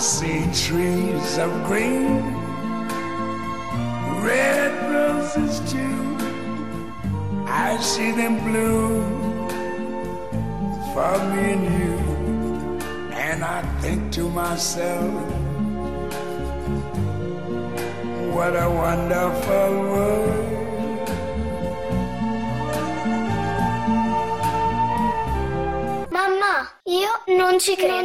see trees of green, red roses too. I see them bloom for me and you. And I think to myself, what a wonderful world. Mamma, io non ci credo.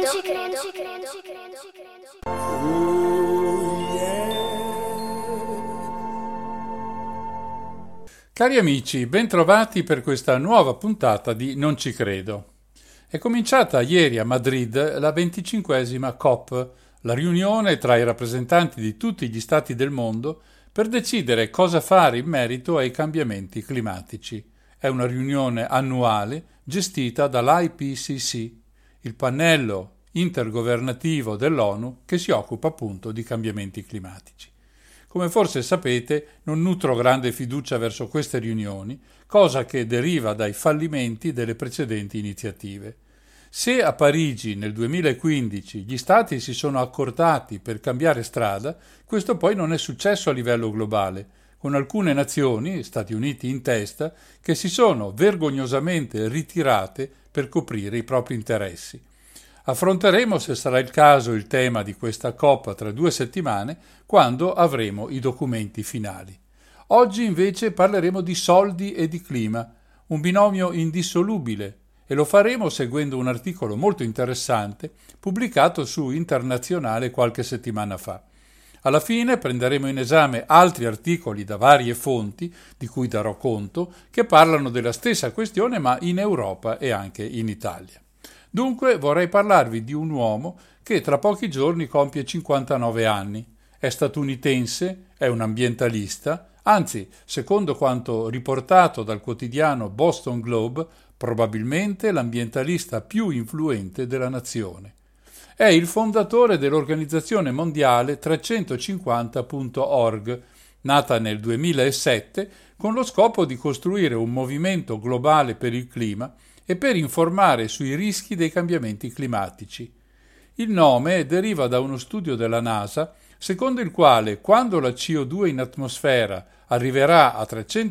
Oh, yeah. Cari amici, bentrovati per questa nuova puntata di Non ci credo. È cominciata ieri a Madrid la 25esima COP, la riunione tra i rappresentanti di tutti gli stati del mondo per decidere cosa fare in merito ai cambiamenti climatici. È una riunione annuale gestita dall'IPCC, il pannello intergovernativo dell'ONU che si occupa appunto di cambiamenti climatici. Come forse sapete, non nutro grande fiducia verso queste riunioni, cosa che deriva dai fallimenti delle precedenti iniziative. Se a Parigi nel 2015 gli stati si sono accordati per cambiare strada, questo poi non è successo a livello globale, con alcune nazioni, Stati Uniti in testa, che si sono vergognosamente ritirate per coprire i propri interessi. Affronteremo, se sarà il caso, il tema di questa COP tra 2 settimane, quando avremo i documenti finali. Oggi invece parleremo di soldi e di clima, un binomio indissolubile, e lo faremo seguendo un articolo molto interessante pubblicato su Internazionale qualche settimana fa. Alla fine prenderemo in esame altri articoli da varie fonti, di cui darò conto, che parlano della stessa questione ma in Europa e anche in Italia. Dunque vorrei parlarvi di un uomo che tra pochi giorni compie 59 anni. È statunitense, è un ambientalista, anzi, secondo quanto riportato dal quotidiano Boston Globe, probabilmente l'ambientalista più influente della nazione. È il fondatore dell'Organizzazione Mondiale 350.org, nata nel 2007 con lo scopo di costruire un movimento globale per il clima e per informare sui rischi dei cambiamenti climatici. Il nome deriva da uno studio della NASA secondo il quale quando la CO2 in atmosfera arriverà a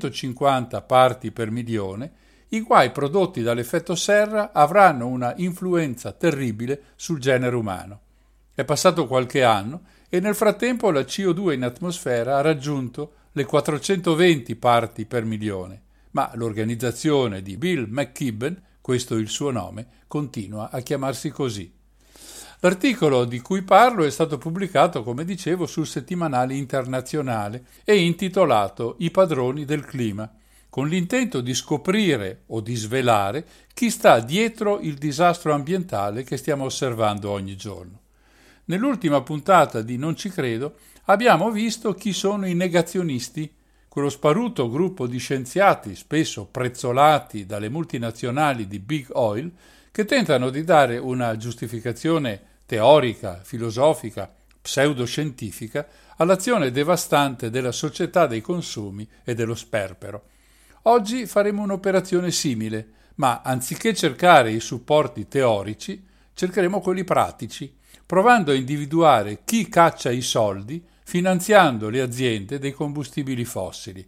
350 parti per milione, i guai prodotti dall'effetto serra avranno una influenza terribile sul genere umano. È passato qualche anno e nel frattempo la CO2 in atmosfera ha raggiunto le 420 parti per milione, ma l'organizzazione di Bill McKibben, questo è il suo nome, continua a chiamarsi così. L'articolo di cui parlo è stato pubblicato, come dicevo, sul settimanale internazionale e intitolato I padroni del clima, con l'intento di scoprire o di svelare chi sta dietro il disastro ambientale che stiamo osservando ogni giorno. Nell'ultima puntata di Non ci credo abbiamo visto chi sono i negazionisti, quello sparuto gruppo di scienziati, spesso prezzolati dalle multinazionali di Big Oil, che tentano di dare una giustificazione teorica, filosofica, pseudoscientifica all'azione devastante della società dei consumi e dello sperpero. Oggi faremo un'operazione simile, ma anziché cercare i supporti teorici, cercheremo quelli pratici, provando a individuare chi caccia i soldi finanziando le aziende dei combustibili fossili.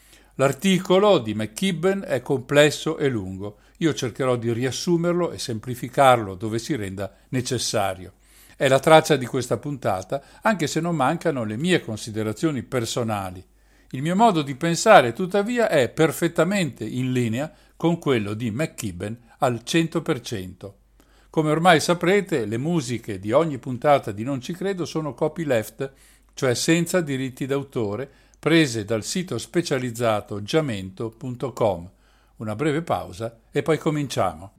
L'articolo di McKibben è complesso e lungo. Io cercherò di riassumerlo e semplificarlo dove si renda necessario. È la traccia di questa puntata, anche se non mancano le mie considerazioni personali. Il mio modo di pensare, tuttavia, è perfettamente in linea con quello di McKibben al 100%. Come ormai saprete, le musiche di ogni puntata di Non ci credo sono copyleft, cioè senza diritti d'autore, prese dal sito specializzato giamento.com. Una breve pausa e poi cominciamo.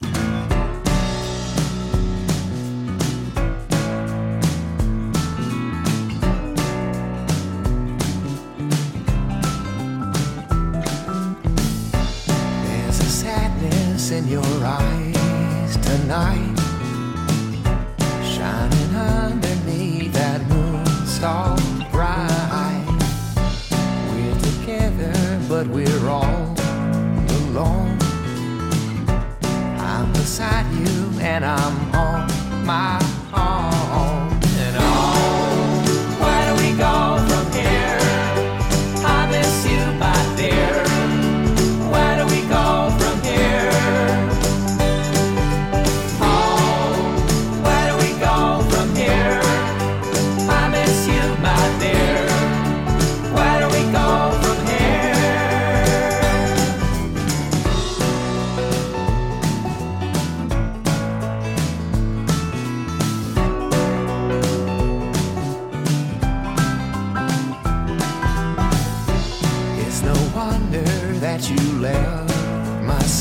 There's a sadness in your eyes tonight, shining underneath that moon so bright. We're together, but we're all alone. I'm beside you and I'm on my own. And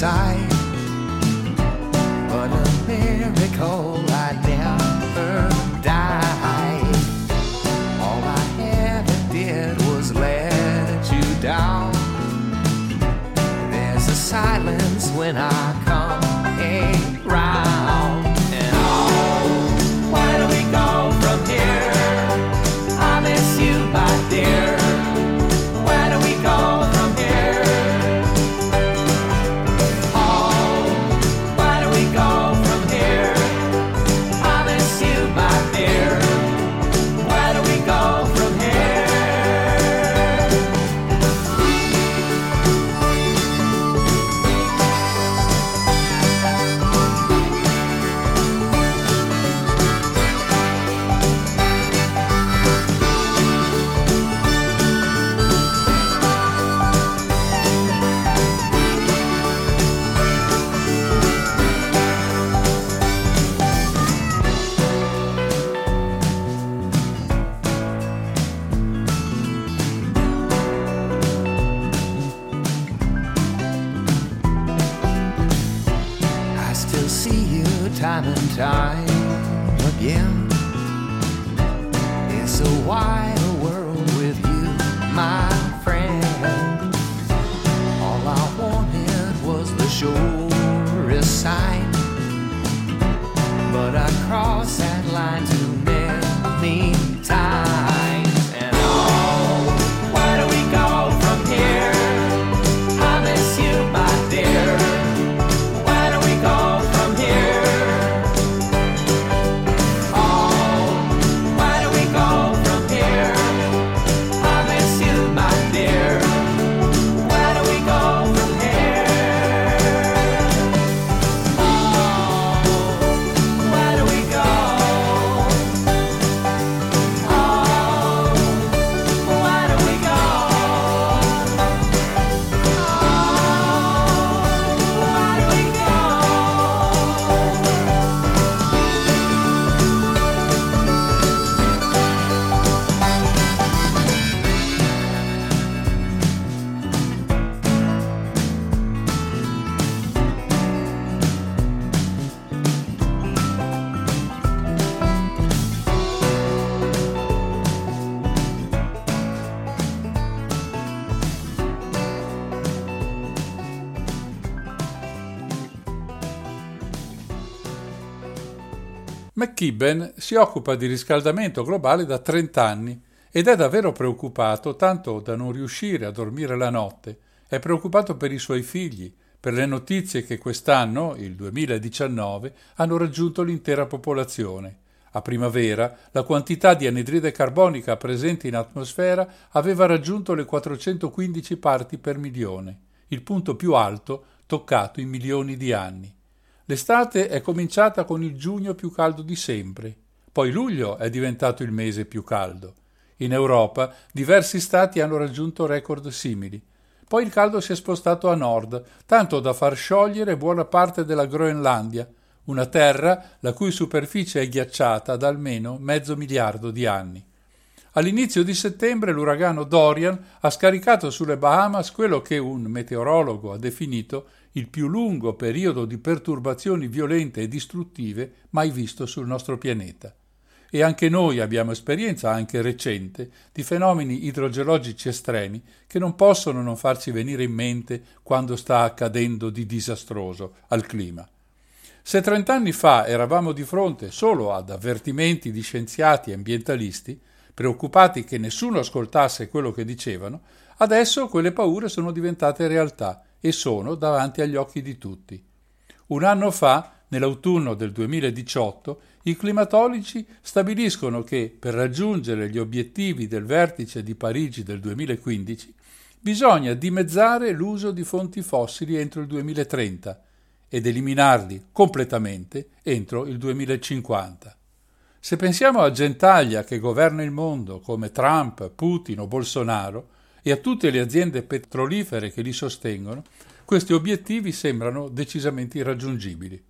sight, but a miracle I never died. All I ever did was let you down. There's a silence when I come around. And oh, where do we go from here? I miss you, my dear. Where do we go from here? Oh, where do we go from here? I miss you, my dear. Where do we go from here? I still see you time and time again. It's a wider world with you, my friend. All I wanted was the surest sign, but I crossed that line too many times. And oh, where do we go from here? I miss you, my dear. Where do we go from here? Oh, where do we go from here? I miss you, my dear. Where do we go from here? Oh, where do we go? Oh, where do we go? Oh, where do we go? McKibben si occupa di riscaldamento globale da 30 anni ed è davvero preoccupato tanto da non riuscire a dormire la notte. È preoccupato per i suoi figli, per le notizie che quest'anno, il 2019, hanno raggiunto l'intera popolazione. A primavera la quantità di anidride carbonica presente in atmosfera aveva raggiunto le 415 parti per milione, il punto più alto toccato in milioni di anni. L'estate è cominciata con il giugno più caldo di sempre, poi luglio è diventato il mese più caldo. In Europa diversi stati hanno raggiunto record simili. Poi il caldo si è spostato a nord, tanto da far sciogliere buona parte della Groenlandia, una terra la cui superficie è ghiacciata da almeno 500 miliardi di anni. All'inizio di settembre l'uragano Dorian ha scaricato sulle Bahamas quello che un meteorologo ha definito il più lungo periodo di perturbazioni violente e distruttive mai visto sul nostro pianeta. E anche noi abbiamo esperienza, anche recente, di fenomeni idrogeologici estremi che non possono non farci venire in mente quando sta accadendo di disastroso al clima. Se 30 anni fa eravamo di fronte solo ad avvertimenti di scienziati e ambientalisti, preoccupati che nessuno ascoltasse quello che dicevano, adesso quelle paure sono diventate realtà e sono davanti agli occhi di tutti. Un anno fa, nell'autunno del 2018, i climatologi stabiliscono che per raggiungere gli obiettivi del vertice di Parigi del 2015 bisogna dimezzare l'uso di fonti fossili entro il 2030 ed eliminarli completamente entro il 2050. Se pensiamo a gentaglia che governa il mondo come Trump, Putin o Bolsonaro e a tutte le aziende petrolifere che li sostengono, questi obiettivi sembrano decisamente irraggiungibili.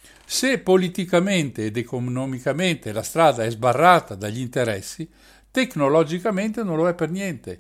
Se politicamente ed economicamente la strada è sbarrata dagli interessi, tecnologicamente non lo è per niente.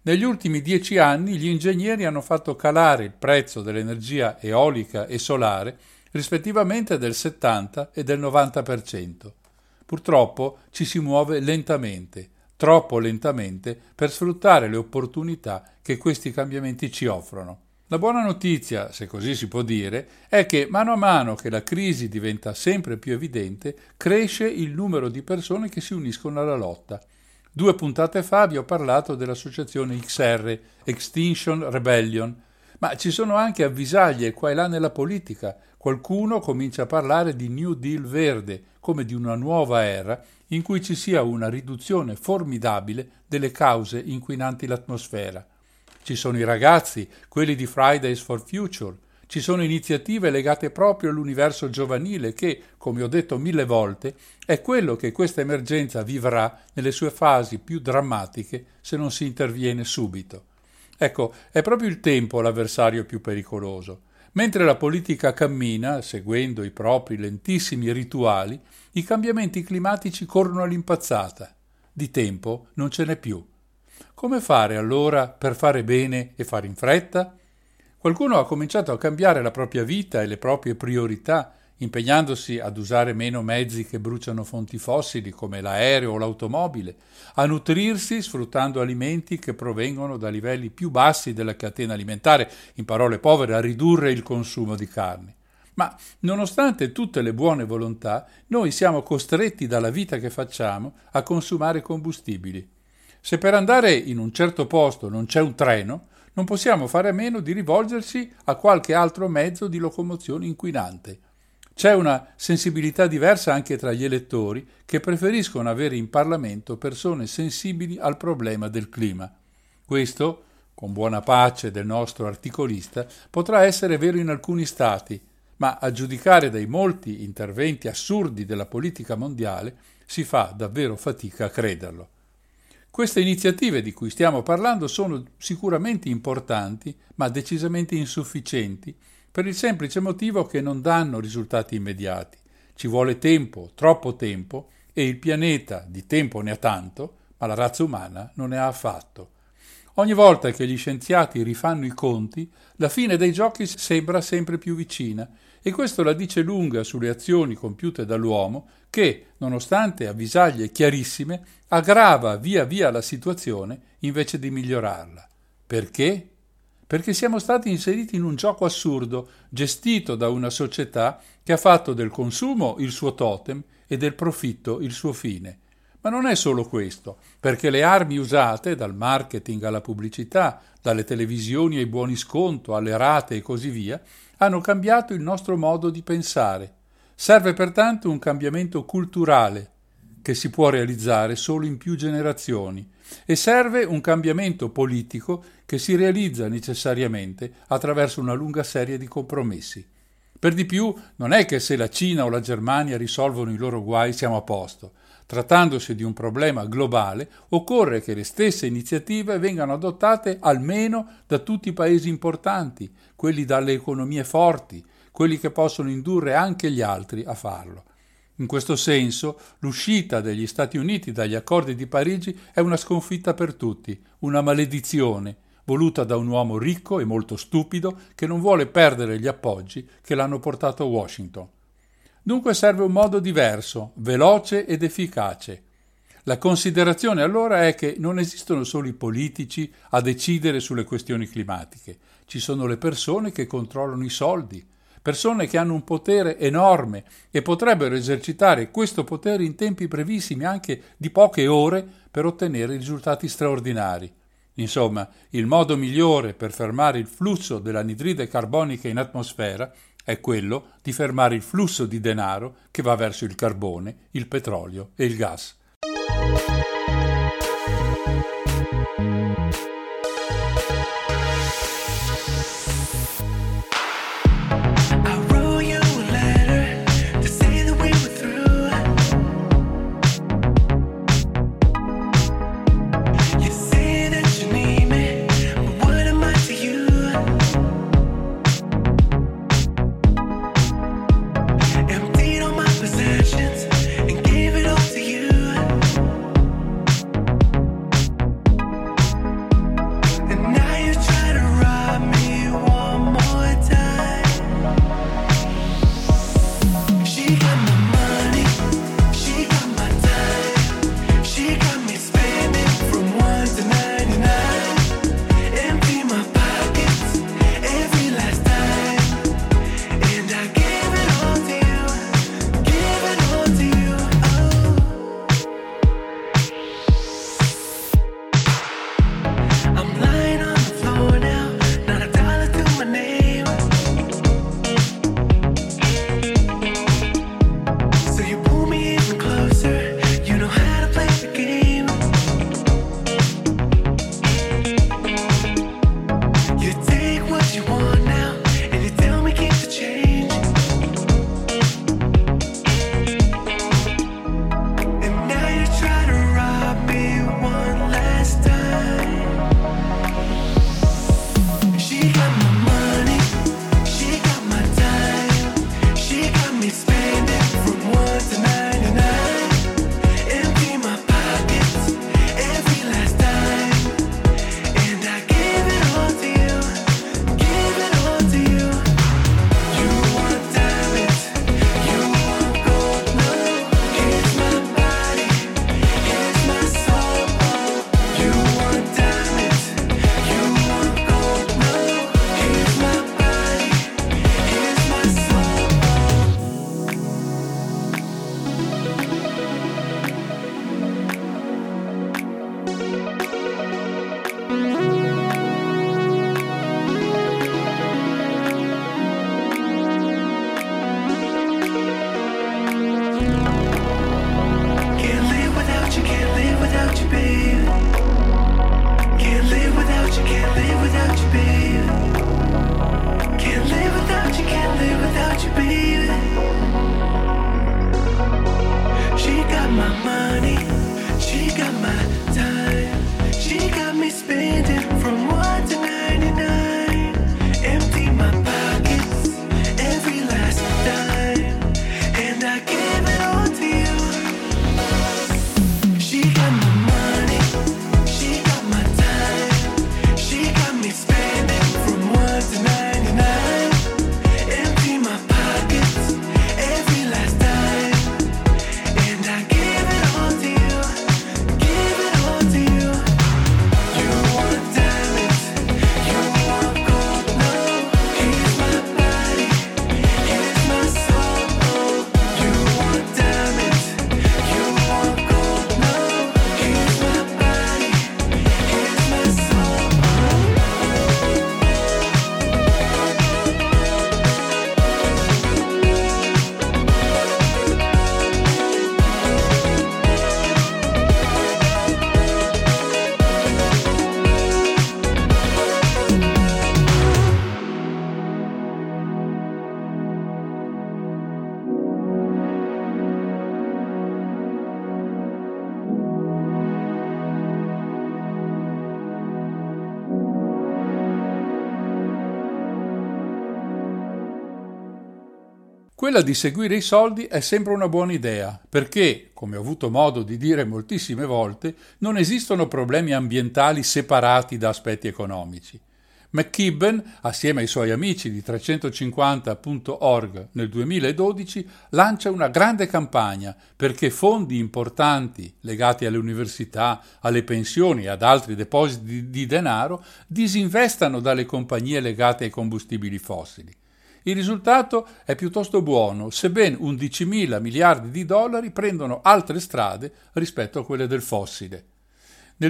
Negli ultimi 10 anni gli ingegneri hanno fatto calare il prezzo dell'energia eolica e solare rispettivamente del 70 e del 90%. Purtroppo ci si muove lentamente, troppo lentamente, per sfruttare le opportunità che questi cambiamenti ci offrono. La buona notizia, se così si può dire, è che mano a mano che la crisi diventa sempre più evidente, cresce il numero di persone che si uniscono alla lotta. 2 puntate fa vi ho parlato dell'associazione XR, Extinction Rebellion, ma ci sono anche avvisaglie qua e là nella politica. Qualcuno comincia a parlare di New Deal verde, come di una nuova era in cui ci sia una riduzione formidabile delle cause inquinanti l'atmosfera. Ci sono i ragazzi, quelli di Fridays for Future, ci sono iniziative legate proprio all'universo giovanile che, come ho detto 1000 volte, è quello che questa emergenza vivrà nelle sue fasi più drammatiche se non si interviene subito. Ecco, è proprio il tempo l'avversario più pericoloso. Mentre la politica cammina, seguendo i propri lentissimi rituali, i cambiamenti climatici corrono all'impazzata. Di tempo non ce n'è più. Come fare allora per fare bene e fare in fretta? Qualcuno ha cominciato a cambiare la propria vita e le proprie priorità, impegnandosi ad usare meno mezzi che bruciano fonti fossili come l'aereo o l'automobile, a nutrirsi sfruttando alimenti che provengono da livelli più bassi della catena alimentare, in parole povere a ridurre il consumo di carne. Ma nonostante tutte le buone volontà, noi siamo costretti dalla vita che facciamo a consumare combustibili. Se per andare in un certo posto non c'è un treno, non possiamo fare a meno di rivolgersi a qualche altro mezzo di locomozione inquinante. C'è una sensibilità diversa anche tra gli elettori che preferiscono avere in Parlamento persone sensibili al problema del clima. Questo, con buona pace del nostro articolista, potrà essere vero in alcuni stati, ma a giudicare dai molti interventi assurdi della politica mondiale si fa davvero fatica a crederlo. Queste iniziative di cui stiamo parlando sono sicuramente importanti, ma decisamente insufficienti, per il semplice motivo che non danno risultati immediati. Ci vuole tempo, troppo tempo, e il pianeta di tempo ne ha tanto, ma la razza umana non ne ha affatto. Ogni volta che gli scienziati rifanno i conti, la fine dei giochi sembra sempre più vicina, e questo la dice lunga sulle azioni compiute dall'uomo che, nonostante avvisaglie chiarissime, aggrava via via la situazione invece di migliorarla. Perché? Perché siamo stati inseriti in un gioco assurdo, gestito da una società che ha fatto del consumo il suo totem e del profitto il suo fine. Ma non è solo questo, perché le armi usate, dal marketing alla pubblicità, dalle televisioni ai buoni sconto, alle rate e così via, hanno cambiato il nostro modo di pensare. Serve pertanto un cambiamento culturale che si può realizzare solo in più generazioni e serve un cambiamento politico che si realizza necessariamente attraverso una lunga serie di compromessi. Per di più, non è che se la Cina o la Germania risolvono i loro guai siamo a posto. Trattandosi di un problema globale, occorre che le stesse iniziative vengano adottate almeno da tutti i paesi importanti, quelli dalle economie forti, quelli che possono indurre anche gli altri a farlo. In questo senso, l'uscita degli Stati Uniti dagli accordi di Parigi è una sconfitta per tutti, una maledizione, voluta da un uomo ricco e molto stupido che non vuole perdere gli appoggi che l'hanno portato a Washington. Dunque serve un modo diverso, veloce ed efficace. La considerazione allora è che non esistono solo i politici a decidere sulle questioni climatiche, ci sono le persone che controllano i soldi, persone che hanno un potere enorme e potrebbero esercitare questo potere in tempi brevissimi, anche di poche ore, per ottenere risultati straordinari. Insomma, il modo migliore per fermare il flusso dell'anidride carbonica in atmosfera è quello di fermare il flusso di denaro che va verso il carbone, il petrolio e il gas. Quella di seguire i soldi è sempre una buona idea, perché, come ho avuto modo di dire moltissime volte, non esistono problemi ambientali separati da aspetti economici. McKibben, assieme ai suoi amici di 350.org nel 2012, lancia una grande campagna perché fondi importanti legati alle università, alle pensioni e ad altri depositi di denaro disinvestano dalle compagnie legate ai combustibili fossili. Il risultato è piuttosto buono, se ben 11.000 miliardi di dollari prendono altre strade rispetto a quelle del fossile. Nel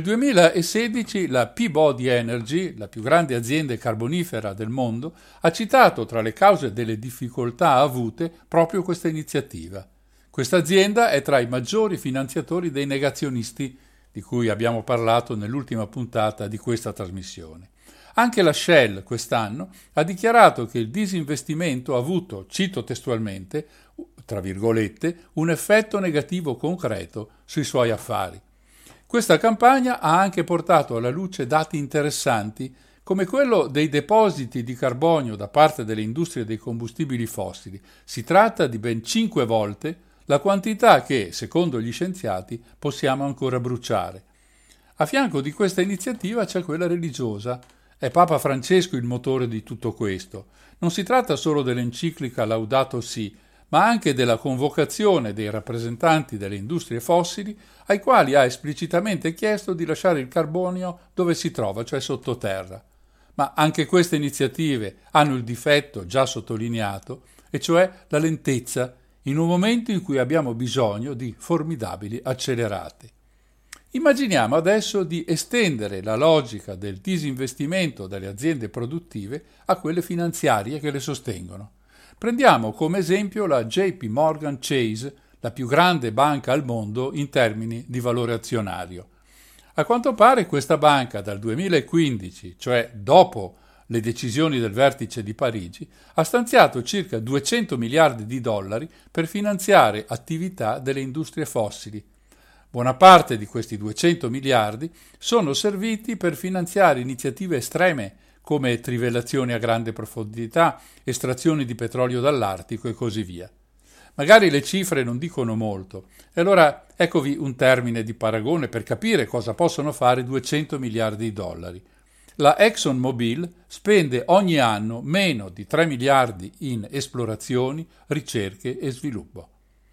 2016 la Peabody Energy, la più grande azienda carbonifera del mondo, ha citato tra le cause delle difficoltà avute proprio questa iniziativa. Questa azienda è tra i maggiori finanziatori dei negazionisti, di cui abbiamo parlato nell'ultima puntata di questa trasmissione. Anche la Shell quest'anno ha dichiarato che il disinvestimento ha avuto, cito testualmente, tra virgolette, un effetto negativo concreto sui suoi affari. Questa campagna ha anche portato alla luce dati interessanti, come quello dei depositi di carbonio da parte delle industrie dei combustibili fossili. Si tratta di ben 5 volte la quantità che, secondo gli scienziati, possiamo ancora bruciare. A fianco di questa iniziativa c'è quella religiosa. È Papa Francesco il motore di tutto questo. Non si tratta solo dell'enciclica Laudato Si', ma anche della convocazione dei rappresentanti delle industrie fossili, ai quali ha esplicitamente chiesto di lasciare il carbonio dove si trova, cioè sottoterra. Ma anche queste iniziative hanno il difetto già sottolineato, e cioè la lentezza, in un momento in cui abbiamo bisogno di formidabili accelerate. Immaginiamo adesso di estendere la logica del disinvestimento delle aziende produttive a quelle finanziarie che le sostengono. Prendiamo come esempio la JP Morgan Chase, la più grande banca al mondo in termini di valore azionario. A quanto pare questa banca dal 2015, cioè dopo le decisioni del vertice di Parigi, ha stanziato circa 200 miliardi di dollari per finanziare attività delle industrie fossili. Buona parte di questi 200 miliardi sono serviti per finanziare iniziative estreme come trivellazioni a grande profondità, estrazioni di petrolio dall'Artico e così via. Magari le cifre non dicono molto, e allora eccovi un termine di paragone per capire cosa possono fare 200 miliardi di dollari. La ExxonMobil spende ogni anno meno di 3 miliardi in esplorazioni, ricerche e sviluppo.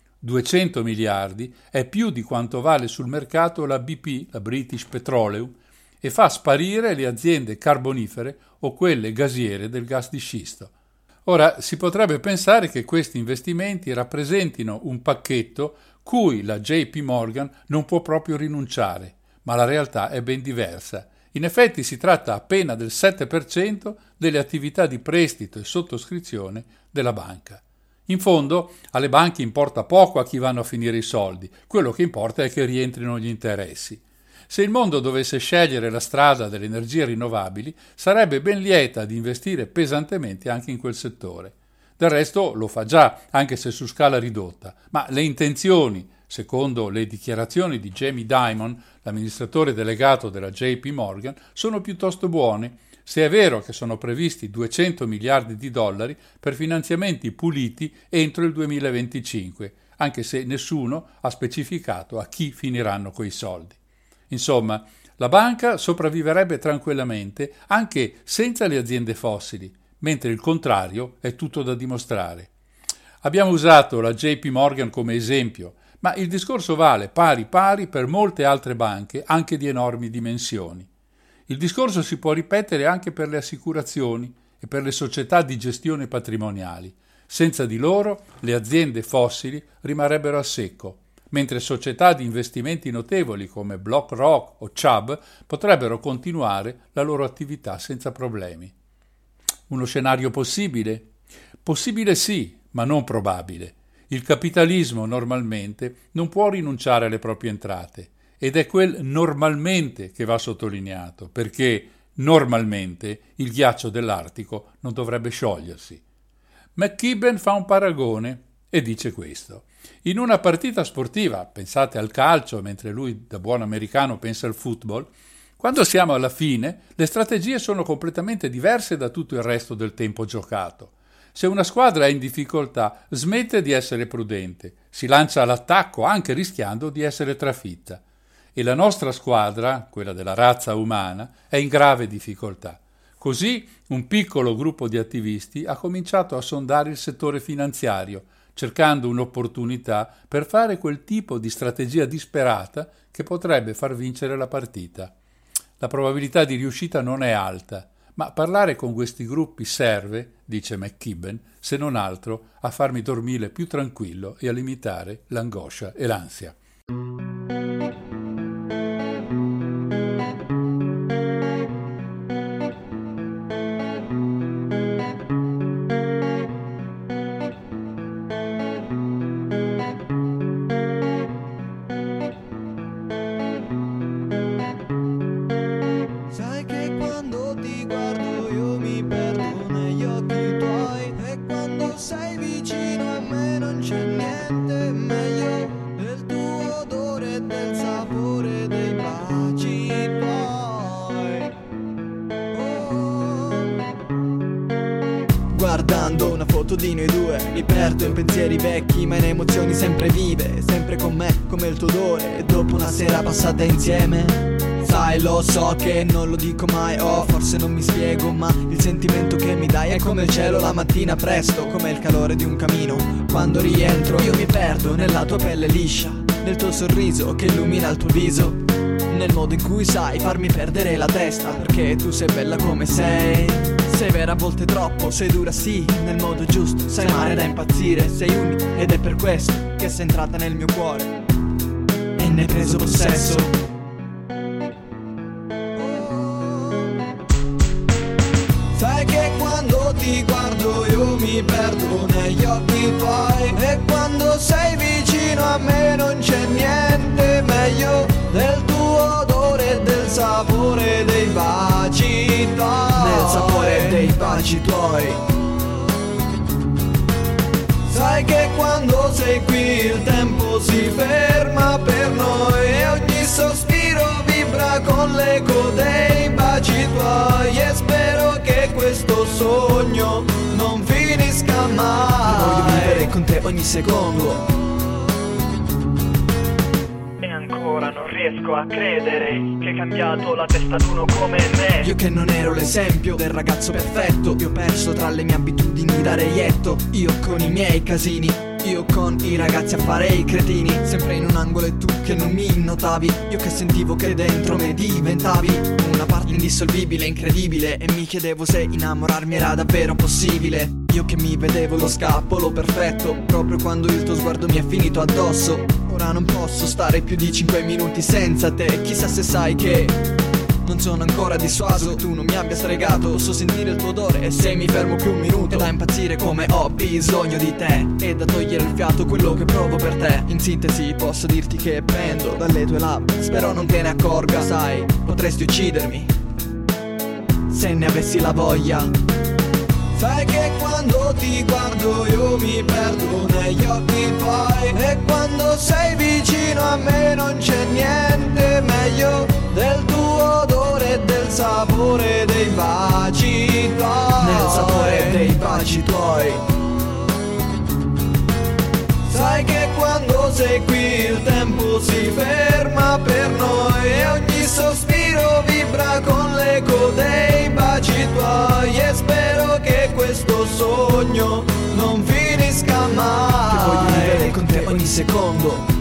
200 miliardi è più di quanto vale sul mercato la BP, la British Petroleum, e fa sparire le aziende carbonifere o quelle gasiere del gas di scisto. Ora, si potrebbe pensare che questi investimenti rappresentino un pacchetto cui la JP Morgan non può proprio rinunciare, ma la realtà è ben diversa. In effetti si tratta appena del 7% delle attività di prestito e sottoscrizione della banca. In fondo, alle banche importa poco a chi vanno a finire i soldi, quello che importa è che rientrino gli interessi. Se il mondo dovesse scegliere la strada delle energie rinnovabili, sarebbe ben lieta di investire pesantemente anche in quel settore. Del resto lo fa già, anche se su scala ridotta, ma le intenzioni, secondo le dichiarazioni di Jamie Dimon, l'amministratore delegato della JP Morgan, sono piuttosto buone, se è vero che sono previsti 200 miliardi di dollari per finanziamenti puliti entro il 2025, anche se nessuno ha specificato a chi finiranno quei soldi. Insomma, la banca sopravviverebbe tranquillamente anche senza le aziende fossili, mentre il contrario è tutto da dimostrare. Abbiamo usato la JP Morgan come esempio, ma il discorso vale pari pari per molte altre banche, anche di enormi dimensioni. Il discorso si può ripetere anche per le assicurazioni e per le società di gestione patrimoniali. Senza di loro le aziende fossili rimarrebbero a secco, mentre società di investimenti notevoli come BlackRock o Chubb potrebbero continuare la loro attività senza problemi. Uno scenario possibile? Possibile sì, ma non probabile. Il capitalismo normalmente non può rinunciare alle proprie entrate, ed è quel normalmente che va sottolineato, perché normalmente il ghiaccio dell'Artico non dovrebbe sciogliersi. McKibben fa un paragone e dice questo. In una partita sportiva, pensate al calcio, mentre lui da buon americano pensa al football, quando siamo alla fine, le strategie sono completamente diverse da tutto il resto del tempo giocato. Se una squadra è in difficoltà, smette di essere prudente, si lancia all'attacco anche rischiando di essere trafitta. E la nostra squadra, quella della razza umana, è in grave difficoltà. Così un piccolo gruppo di attivisti ha cominciato a sondare il settore finanziario, cercando un'opportunità per fare quel tipo di strategia disperata che potrebbe far vincere la partita. La probabilità di riuscita non è alta, ma parlare con questi gruppi serve, dice McKibben, se non altro a farmi dormire più tranquillo e a limitare l'angoscia e l'ansia. Guardando una foto di noi due, mi perdo in pensieri vecchi ma in emozioni sempre vive, sempre con me come il tuo odore. E dopo una sera passata insieme, sai, lo so che non lo dico mai, oh forse non mi spiego, ma il sentimento che mi dai è come il cielo la mattina presto, come il calore di un camino. Quando rientro io mi perdo nella tua pelle liscia, nel tuo sorriso che illumina il tuo viso, nel modo in cui sai farmi perdere la testa, perché tu sei bella come sei. Sei vera a volte troppo, sei dura sì, nel modo giusto, sai amare da impazzire, sei unica ed è per questo che sei entrata nel mio cuore e ne hai preso possesso. Sai che quando ti guardo io mi perdo negli occhi tuoi, e quando sei vicino a me non c'è niente meglio del tuo odore e del sapore dei baci tuoi. Nel sapore dei baci tuoi. Sai che quando sei qui il tempo si ferma per noi e ogni sospiro vibra con l'eco dei baci tuoi, e spero che questo sogno non finisca mai. Voglio vivere con te ogni secondo. Non riesco a credere che hai cambiato la testa d'uno come me. Io che non ero l'esempio del ragazzo perfetto, io perso tra le mie abitudini da reietto, io con i miei casini, io con i ragazzi a fare i cretini, sempre in un angolo e tu che non mi notavi, io che sentivo che dentro me diventavi una parte indissolvibile, incredibile, e mi chiedevo se innamorarmi era davvero possibile. Io che mi vedevo lo scappolo perfetto, proprio quando il tuo sguardo mi è finito addosso. Ora non posso stare più di 5 minuti senza te, chissà se sai che non sono ancora dissuaso, tu non mi abbia stregato, posso sentire il tuo odore e se mi fermo più un minuto è da impazzire come ho bisogno di te, e da togliere il fiato quello che provo per te. In sintesi posso dirti che pendo dalle tue labbra, spero non te ne accorga, sai, potresti uccidermi se ne avessi la voglia. Sai che quando ti guardo io mi perdo negli occhi tuoi, e quando sei vicino a me non c'è niente meglio del tuo odore e del sapore dei baci tuoi. Nel sapore dei baci tuoi. Sai che quando sei qui il tempo si ferma per noi e ogni sospiro vibra con l'eco dei baci tuoi, e spero che questo sogno non finisca mai. Che voglio vivere con te ogni secondo.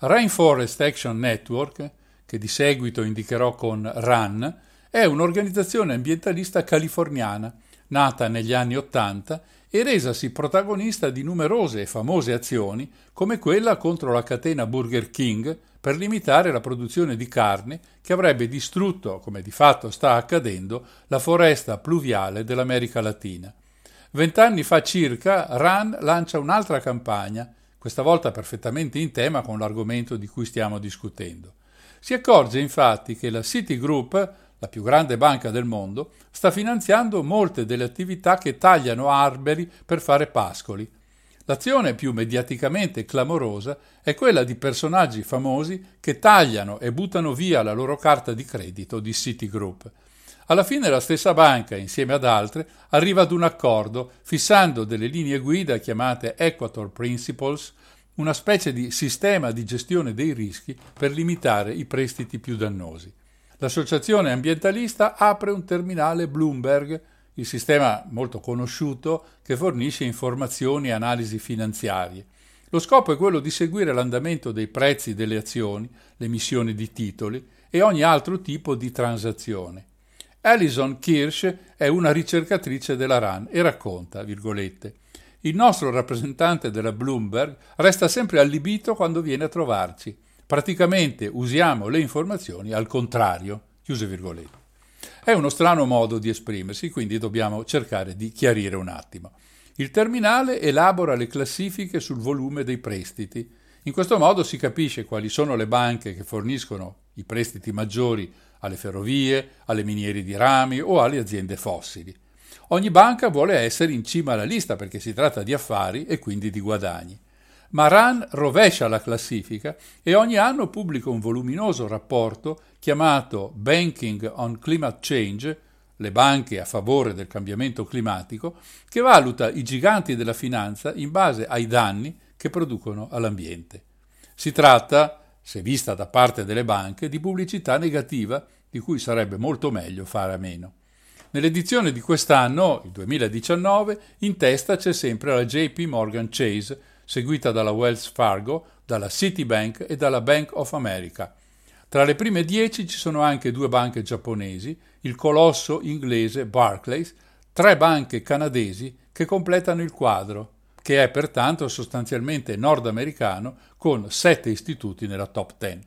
Rainforest Action Network, che di seguito indicherò con RAN, è un'organizzazione ambientalista californiana, nata negli anni '80 e resasi protagonista di numerose e famose azioni come quella contro la catena Burger King per limitare la produzione di carne che avrebbe distrutto, come di fatto sta accadendo, la foresta pluviale dell'America Latina. 20 anni fa circa, RAN lancia un'altra campagna, questa volta perfettamente in tema con l'argomento di cui stiamo discutendo. Si accorge infatti che la Citigroup, la più grande banca del mondo, sta finanziando molte delle attività che tagliano alberi per fare pascoli. L'azione più mediaticamente clamorosa è quella di personaggi famosi che tagliano e buttano via la loro carta di credito di Citigroup. Alla fine la stessa banca, insieme ad altre, arriva ad un accordo fissando delle linee guida chiamate Equator Principles, una specie di sistema di gestione dei rischi per limitare i prestiti più dannosi. L'associazione ambientalista apre un terminale Bloomberg, il sistema molto conosciuto che fornisce informazioni e analisi finanziarie. Lo scopo è quello di seguire l'andamento dei prezzi delle azioni, l'emissione di titoli e ogni altro tipo di transazione. Alison Kirsch è una ricercatrice della RAN e racconta, virgolette, «Il nostro rappresentante della Bloomberg resta sempre allibito quando viene a trovarci. Praticamente usiamo le informazioni al contrario», chiuse virgolette. È uno strano modo di esprimersi, quindi dobbiamo cercare di chiarire un attimo. Il terminale elabora le classifiche sul volume dei prestiti. In questo modo si capisce quali sono le banche che forniscono i prestiti maggiori alle ferrovie, alle miniere di rami o alle aziende fossili. Ogni banca vuole essere in cima alla lista perché si tratta di affari e quindi di guadagni. Ma RAN rovescia la classifica e ogni anno pubblica un voluminoso rapporto chiamato Banking on Climate Change, le banche a favore del cambiamento climatico, che valuta i giganti della finanza in base ai danni che producono all'ambiente. Si tratta, se vista da parte delle banche, di pubblicità negativa di cui sarebbe molto meglio fare a meno. Nell'edizione di quest'anno, il 2019, in testa c'è sempre la JP Morgan Chase, seguita dalla Wells Fargo, dalla Citibank e dalla Bank of America. Tra le prime 10 ci sono anche 2 banche giapponesi, il colosso inglese Barclays, 3 banche canadesi che completano il quadro, che è pertanto sostanzialmente nordamericano con 7 istituti nella top 10.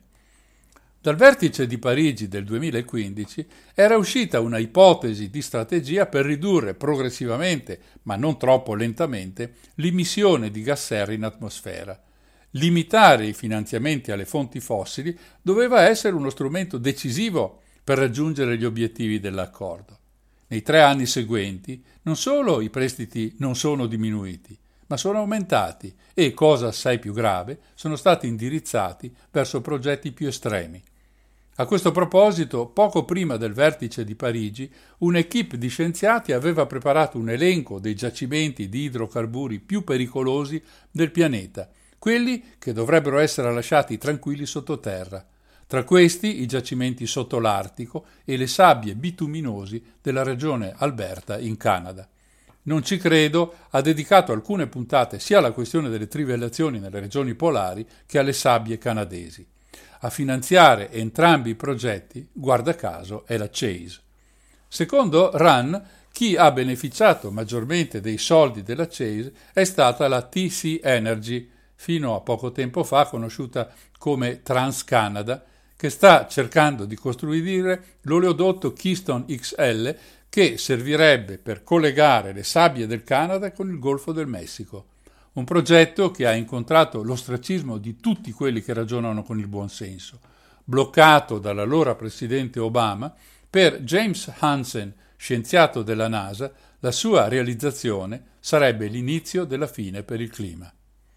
Dal vertice di Parigi del 2015 era uscita una ipotesi di strategia per ridurre progressivamente, ma non troppo lentamente, l'emissione di gas serra in atmosfera. Limitare i finanziamenti alle fonti fossili doveva essere uno strumento decisivo per raggiungere gli obiettivi dell'accordo. Nei 3 anni seguenti non solo i prestiti non sono diminuiti, ma sono aumentati e, cosa assai più grave, sono stati indirizzati verso progetti più estremi. A questo proposito, poco prima del vertice di Parigi, un'equipe di scienziati aveva preparato un elenco dei giacimenti di idrocarburi più pericolosi del pianeta, quelli che dovrebbero essere lasciati tranquilli sottoterra. Tra questi i giacimenti sotto l'Artico e le sabbie bituminosi della regione Alberta in Canada. Non ci credo ha dedicato alcune puntate sia alla questione delle trivellazioni nelle regioni polari che alle sabbie canadesi. A finanziare entrambi i progetti, guarda caso, è la Chase. Secondo RAN, chi ha beneficiato maggiormente dei soldi della Chase è stata la TC Energy, fino a poco tempo fa conosciuta come TransCanada, che sta cercando di costruire l'oleodotto Keystone XL che servirebbe per collegare le sabbie del Canada con il Golfo del Messico. Un progetto che ha incontrato l'ostracismo di tutti quelli che ragionano con il buon senso. Bloccato dall'allora presidente Obama, per James Hansen, scienziato della NASA, la sua realizzazione sarebbe l'inizio della fine per il clima.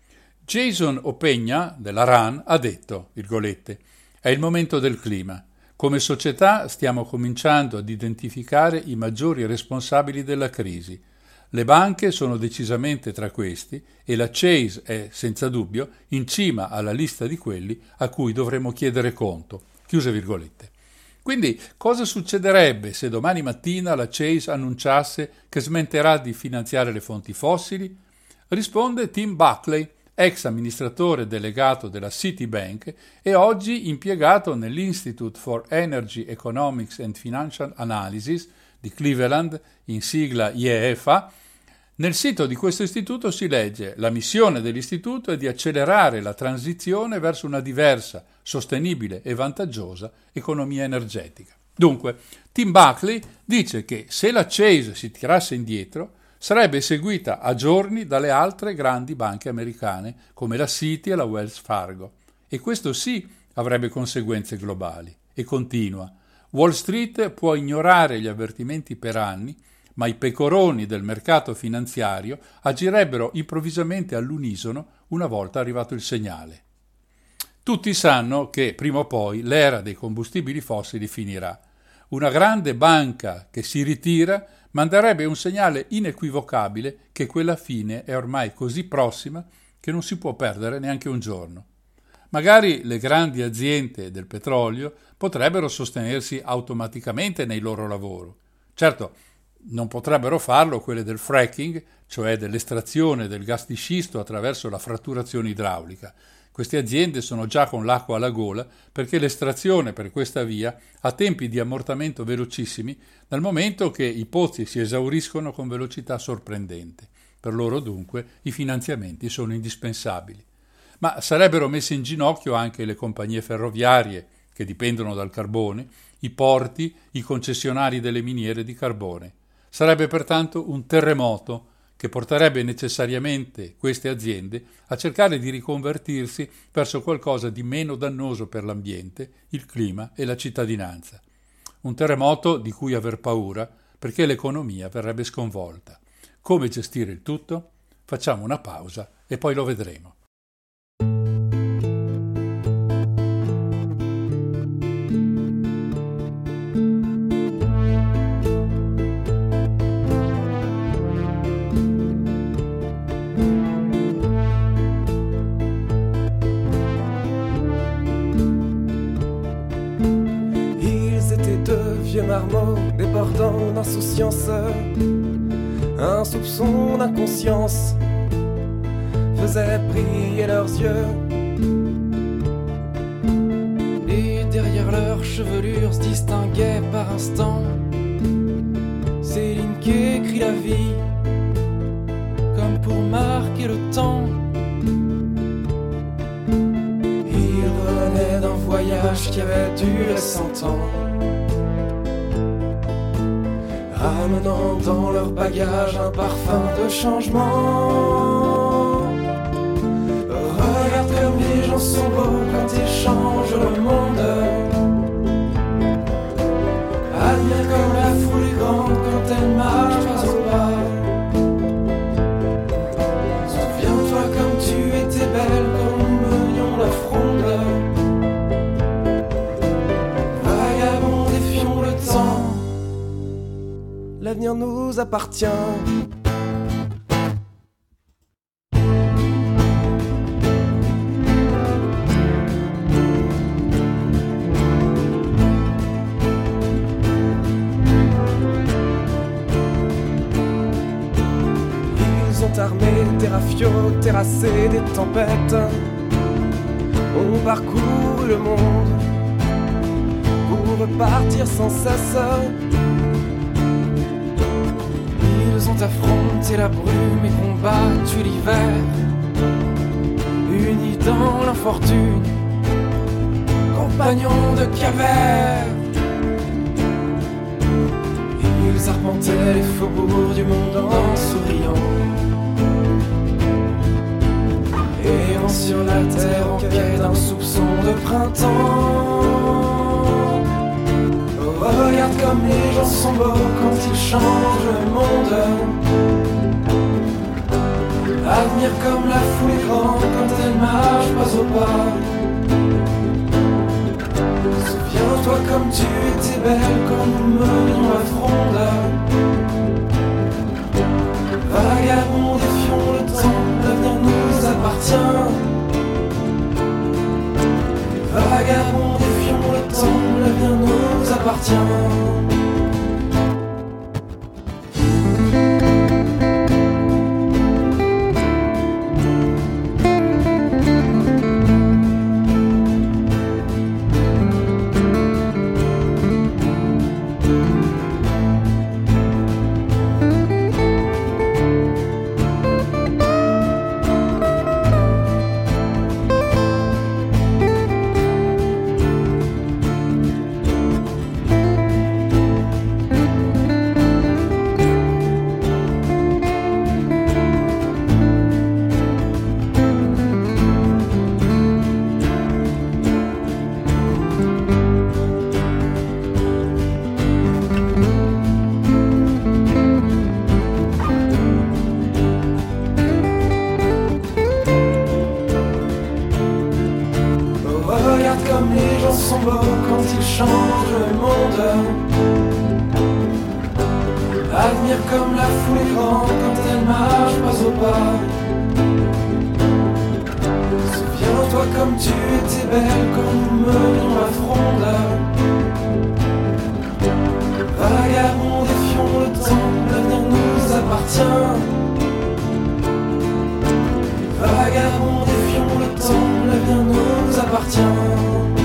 Jason Opeña, della RAN, ha detto, virgolette, «È il momento del clima. Come società stiamo cominciando ad identificare i maggiori responsabili della crisi. Le banche sono decisamente tra questi e la Chase è, senza dubbio, in cima alla lista di quelli a cui dovremo chiedere conto». Chiuse virgolette. Quindi cosa succederebbe se domani mattina la Chase annunciasse che smetterà di finanziare le fonti fossili? Risponde Tim Buckley, ex amministratore delegato della Citibank e oggi impiegato nell'Institute for Energy Economics and Financial Analysis di Cleveland, in sigla IEFA. Nel sito di questo istituto si legge: la missione dell'istituto è di accelerare la transizione verso una diversa, sostenibile e vantaggiosa economia energetica. Dunque, Tim Buckley dice che se la Chase si tirasse indietro sarebbe seguita a giorni dalle altre grandi banche americane come la Citi e la Wells Fargo, e questo sì avrebbe conseguenze globali. E continua: Wall Street può ignorare gli avvertimenti per anni, ma i pecoroni del mercato finanziario agirebbero improvvisamente all'unisono una volta arrivato il segnale. Tutti sanno che prima o poi l'era dei combustibili fossili finirà. Una grande banca che si ritira manderebbe un segnale inequivocabile che quella fine è ormai così prossima che non si può perdere neanche un giorno. Magari le grandi aziende del petrolio potrebbero sostenersi automaticamente nel loro lavoro. Certo, non potrebbero farlo quelle del fracking, cioè dell'estrazione del gas di scisto attraverso la fratturazione idraulica. Queste aziende sono già con l'acqua alla gola perché l'estrazione per questa via ha tempi di ammortamento velocissimi, dal momento che i pozzi si esauriscono con velocità sorprendente. Per loro dunque i finanziamenti sono indispensabili. Ma sarebbero messe in ginocchio anche le compagnie ferroviarie che dipendono dal carbone, i porti, i concessionari delle miniere di carbone. Sarebbe pertanto un terremoto che porterebbe necessariamente queste aziende a cercare di riconvertirsi verso qualcosa di meno dannoso per l'ambiente, il clima e la cittadinanza. Un terremoto di cui aver paura, perché l'economia verrebbe sconvolta. Come gestire il tutto? Facciamo una pausa e poi lo vedremo. Marmots débordant d'insouciance, un soupçon d'inconscience faisait briller leurs yeux, et derrière leurs chevelures se distinguait par instant ces lignes qu'écrit la vie comme pour marquer le temps. Ils revenaient d'un voyage qui avait duré 100 ans, ramenant dans leur bagage un parfum de changement. Regarde comme les gens sont beaux quand ils changent le monde. Admire comme la foule est grande quand elle marche pas au pas. Souviens-toi comme tu étais belle quand nous menions la fronde. Vagabond, défions le temps, l'avenir nous appartient. Ils ont armé des rafios, terrassé des tempêtes, ont parcouru le monde pour repartir sans cesse. Ils ont affronté la brume et combattu l'hiver, unis dans l'infortune, compagnons de caverne. Ils arpentaient les faubourgs du monde en souriant, errant sur la terre en quête d'un soupçon de printemps. Regarde comme les gens sont beaux quand ils changent le monde. Admire comme la foule est grande quand elle marche pas au pas. Souviens-toi comme tu étais belle quand nous menions la fronde. Vagabond, défions le temps, l'avenir nous appartient. Vagabond, défions le temps, l'avenir nous appartient. dormir comme la foule est grande quand elle marche pas au pas. Souviens-toi comme tu étais belle quand nous menions la fronde. Vagabond, défions le temps, l'avenir nous appartient. Vagabond, défions le temps, l'avenir nous appartient.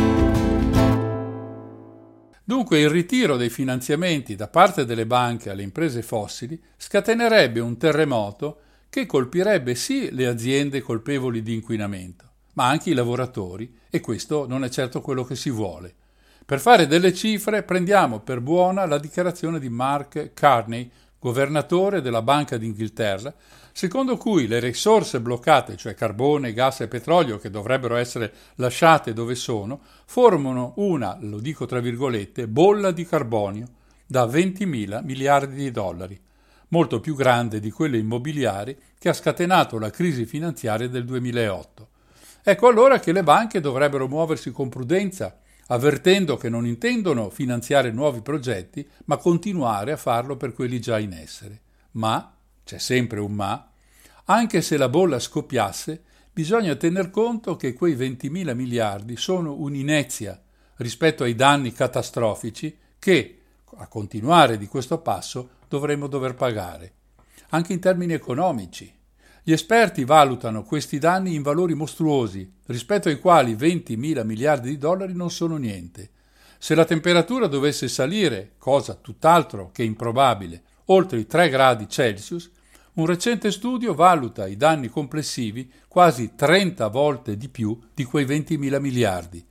Dunque il ritiro dei finanziamenti da parte delle banche alle imprese fossili scatenerebbe un terremoto che colpirebbe sì le aziende colpevoli di inquinamento, ma anche i lavoratori, e questo non è certo quello che si vuole. Per fare delle cifre prendiamo per buona la dichiarazione di Mark Carney, governatore della Banca d'Inghilterra, secondo cui le risorse bloccate, cioè carbone, gas e petrolio, che dovrebbero essere lasciate dove sono, formano una, lo dico tra virgolette, bolla di carbonio da 20.000 miliardi di dollari, molto più grande di quelle immobiliari che ha scatenato la crisi finanziaria del 2008. Ecco allora che le banche dovrebbero muoversi con prudenza, avvertendo che non intendono finanziare nuovi progetti, ma continuare a farlo per quelli già in essere. Ma, c'è sempre un ma, anche se la bolla scoppiasse, bisogna tener conto che quei 20.000 miliardi sono un'inezia rispetto ai danni catastrofici che, a continuare di questo passo, dovremmo dover pagare. Anche in termini economici. Gli esperti valutano questi danni in valori mostruosi, rispetto ai quali 20.000 miliardi di dollari non sono niente. Se la temperatura dovesse salire, cosa tutt'altro che improbabile, oltre i 3 gradi Celsius, un recente studio valuta i danni complessivi quasi 30 volte di più di quei 20.000 miliardi,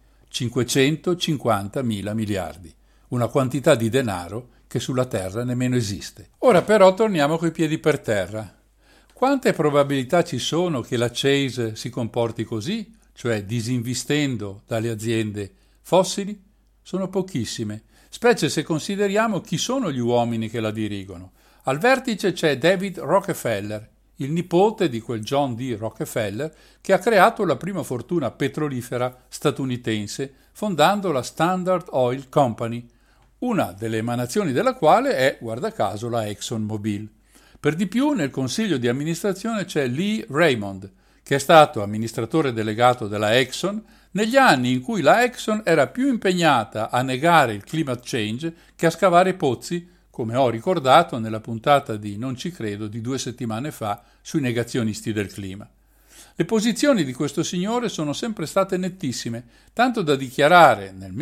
550.000 miliardi, una quantità di denaro che sulla Terra nemmeno esiste. Ora però torniamo coi piedi per terra. Quante probabilità ci sono che la Chase si comporti così, cioè disinvestendo dalle aziende fossili? Sono pochissime, specie se consideriamo chi sono gli uomini che la dirigono. Al vertice c'è David Rockefeller, il nipote di quel John D. Rockefeller che ha creato la prima fortuna petrolifera statunitense fondando la Standard Oil Company, una delle emanazioni della quale è, guarda caso, la ExxonMobil. Per di più, nel consiglio di amministrazione c'è Lee Raymond, che è stato amministratore delegato della Exxon negli anni in cui la Exxon era più impegnata a negare il climate change che a scavare pozzi, come ho ricordato nella puntata di Non ci credo di 2 settimane fa sui negazionisti del clima. Le posizioni di questo signore sono sempre state nettissime, tanto da dichiarare nel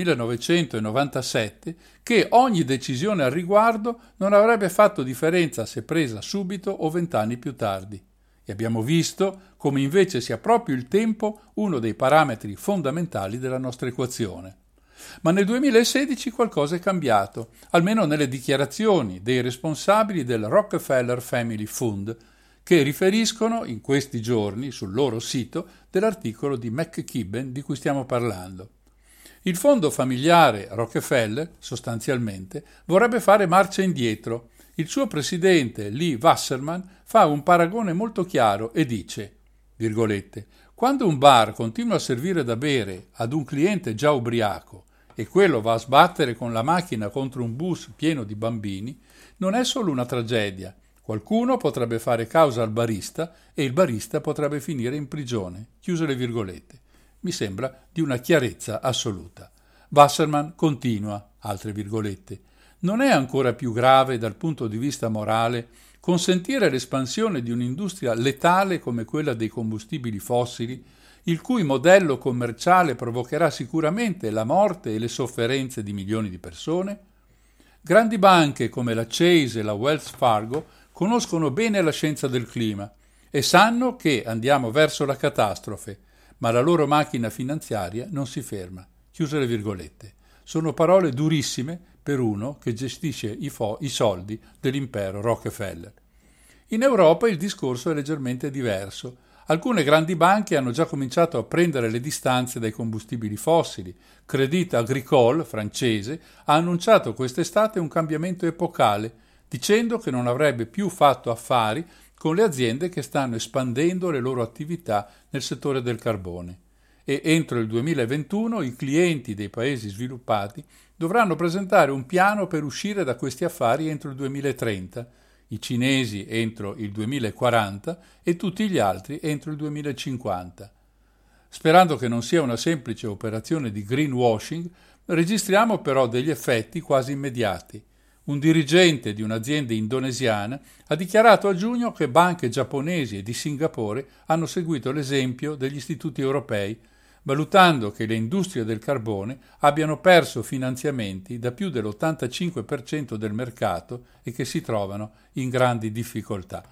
1997 che ogni decisione al riguardo non avrebbe fatto differenza se presa subito o 20 anni più tardi. E abbiamo visto come invece sia proprio il tempo uno dei parametri fondamentali della nostra equazione. Ma nel 2016 qualcosa è cambiato, almeno nelle dichiarazioni dei responsabili del Rockefeller Family Fund, che riferiscono in questi giorni sul loro sito dell'articolo di McKibben di cui stiamo parlando. Il fondo familiare Rockefeller, sostanzialmente, vorrebbe fare marcia indietro. Il suo presidente, Lee Wasserman, fa un paragone molto chiaro e dice, virgolette, quando un bar continua a servire da bere ad un cliente già ubriaco e quello va a sbattere con la macchina contro un bus pieno di bambini, non è solo una tragedia. Qualcuno potrebbe fare causa al barista e il barista potrebbe finire in prigione. Chiuse le virgolette. Mi sembra di una chiarezza assoluta. Wasserman continua, altre virgolette. Non è ancora più grave dal punto di vista morale consentire l'espansione di un'industria letale come quella dei combustibili fossili, il cui modello commerciale provocherà sicuramente la morte e le sofferenze di milioni di persone? Grandi banche come la Chase e la Wells Fargo conoscono bene la scienza del clima e sanno che andiamo verso la catastrofe, ma la loro macchina finanziaria non si ferma. Chiuse le virgolette. Sono parole durissime per uno che gestisce i soldi dell'impero Rockefeller. In Europa il discorso è leggermente diverso. Alcune grandi banche hanno già cominciato a prendere le distanze dai combustibili fossili. Crédit Agricole, francese, ha annunciato quest'estate un cambiamento epocale, dicendo che non avrebbe più fatto affari con le aziende che stanno espandendo le loro attività nel settore del carbone. E entro il 2021 i clienti dei paesi sviluppati dovranno presentare un piano per uscire da questi affari entro il 2030. i cinesi entro il 2040 e tutti gli altri entro il 2050. Sperando che non sia una semplice operazione di greenwashing, registriamo però degli effetti quasi immediati. Un dirigente di un'azienda indonesiana ha dichiarato a giugno che banche giapponesi e di Singapore hanno seguito l'esempio degli istituti europei, valutando che le industrie del carbone abbiano perso finanziamenti da più dell'85% del mercato e che si trovano in grandi difficoltà.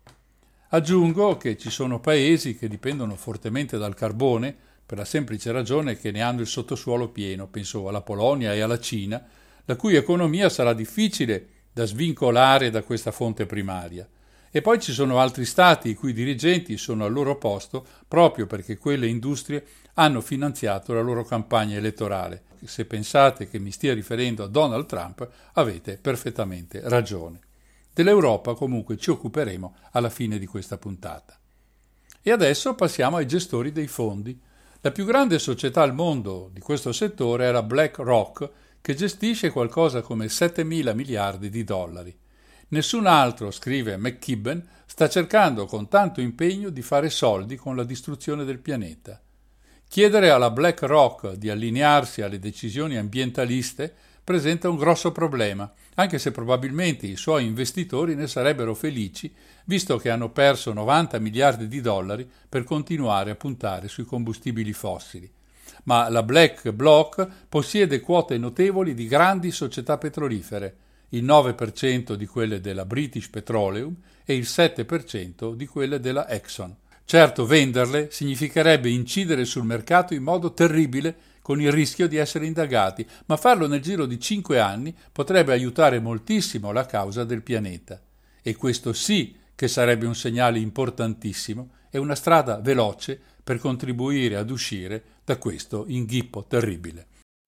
Aggiungo che ci sono paesi che dipendono fortemente dal carbone per la semplice ragione che ne hanno il sottosuolo pieno, penso alla Polonia e alla Cina, la cui economia sarà difficile da svincolare da questa fonte primaria. E poi ci sono altri stati i cui dirigenti sono al loro posto proprio perché quelle industrie hanno finanziato la loro campagna elettorale. Se pensate che mi stia riferendo a Donald Trump, avete perfettamente ragione. Dell'Europa comunque ci occuperemo alla fine di questa puntata. E adesso passiamo ai gestori dei fondi. La più grande società al mondo di questo settore è la BlackRock, che gestisce qualcosa come 7.000 miliardi di dollari. Nessun altro, scrive McKibben, sta cercando con tanto impegno di fare soldi con la distruzione del pianeta. Chiedere alla BlackRock di allinearsi alle decisioni ambientaliste presenta un grosso problema, anche se probabilmente i suoi investitori ne sarebbero felici, visto che hanno perso 90 miliardi di dollari per continuare a puntare sui combustibili fossili. Ma la BlackRock possiede quote notevoli di grandi società petrolifere, il 9% di quelle della British Petroleum e il 7% di quelle della Exxon. Certo, venderle significherebbe incidere sul mercato in modo terribile con il rischio di essere indagati, ma farlo nel giro di 5 anni potrebbe aiutare moltissimo la causa del pianeta. E questo sì che sarebbe un segnale importantissimo e una strada veloce per contribuire ad uscire da questo inghippo terribile.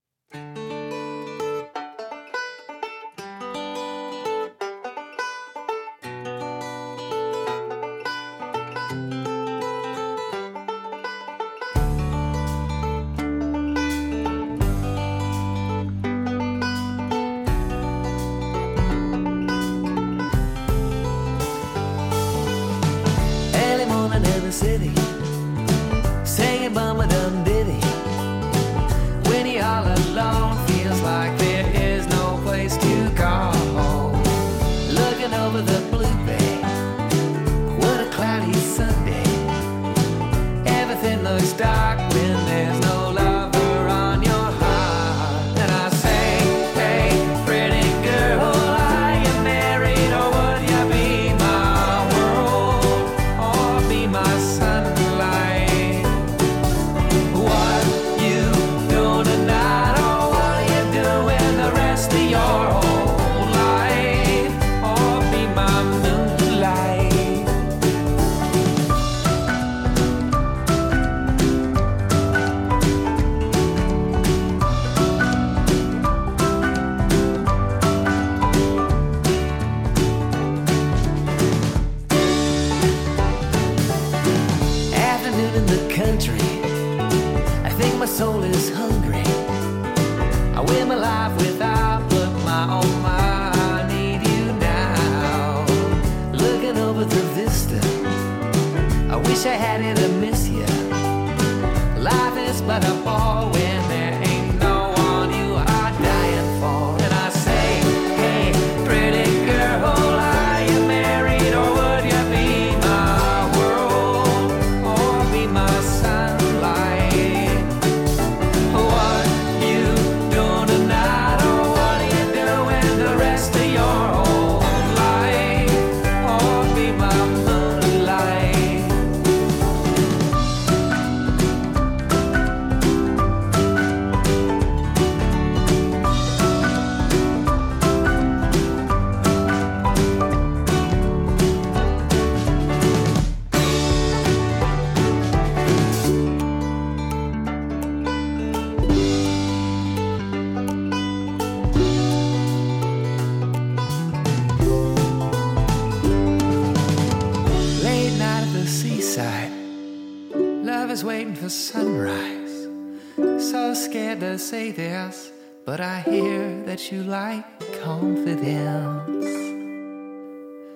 Say this, but I hear that you like confidence.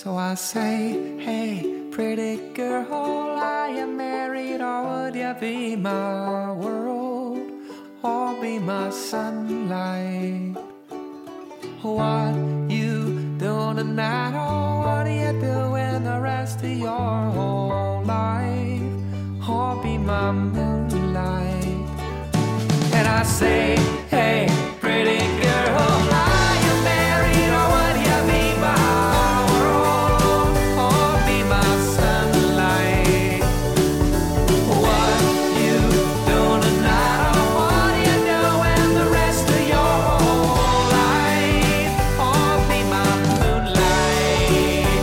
So I say, hey, pretty girl, are you married or would you be my world or be my sunlight? What you doing tonight or what are you doing the rest of your whole life? Or be my moonlight? And I say, hey, pretty girl, are you married or would you be my world or be my sunlight? What you doing tonight or what you doing the rest of your whole life? Or be my moonlight?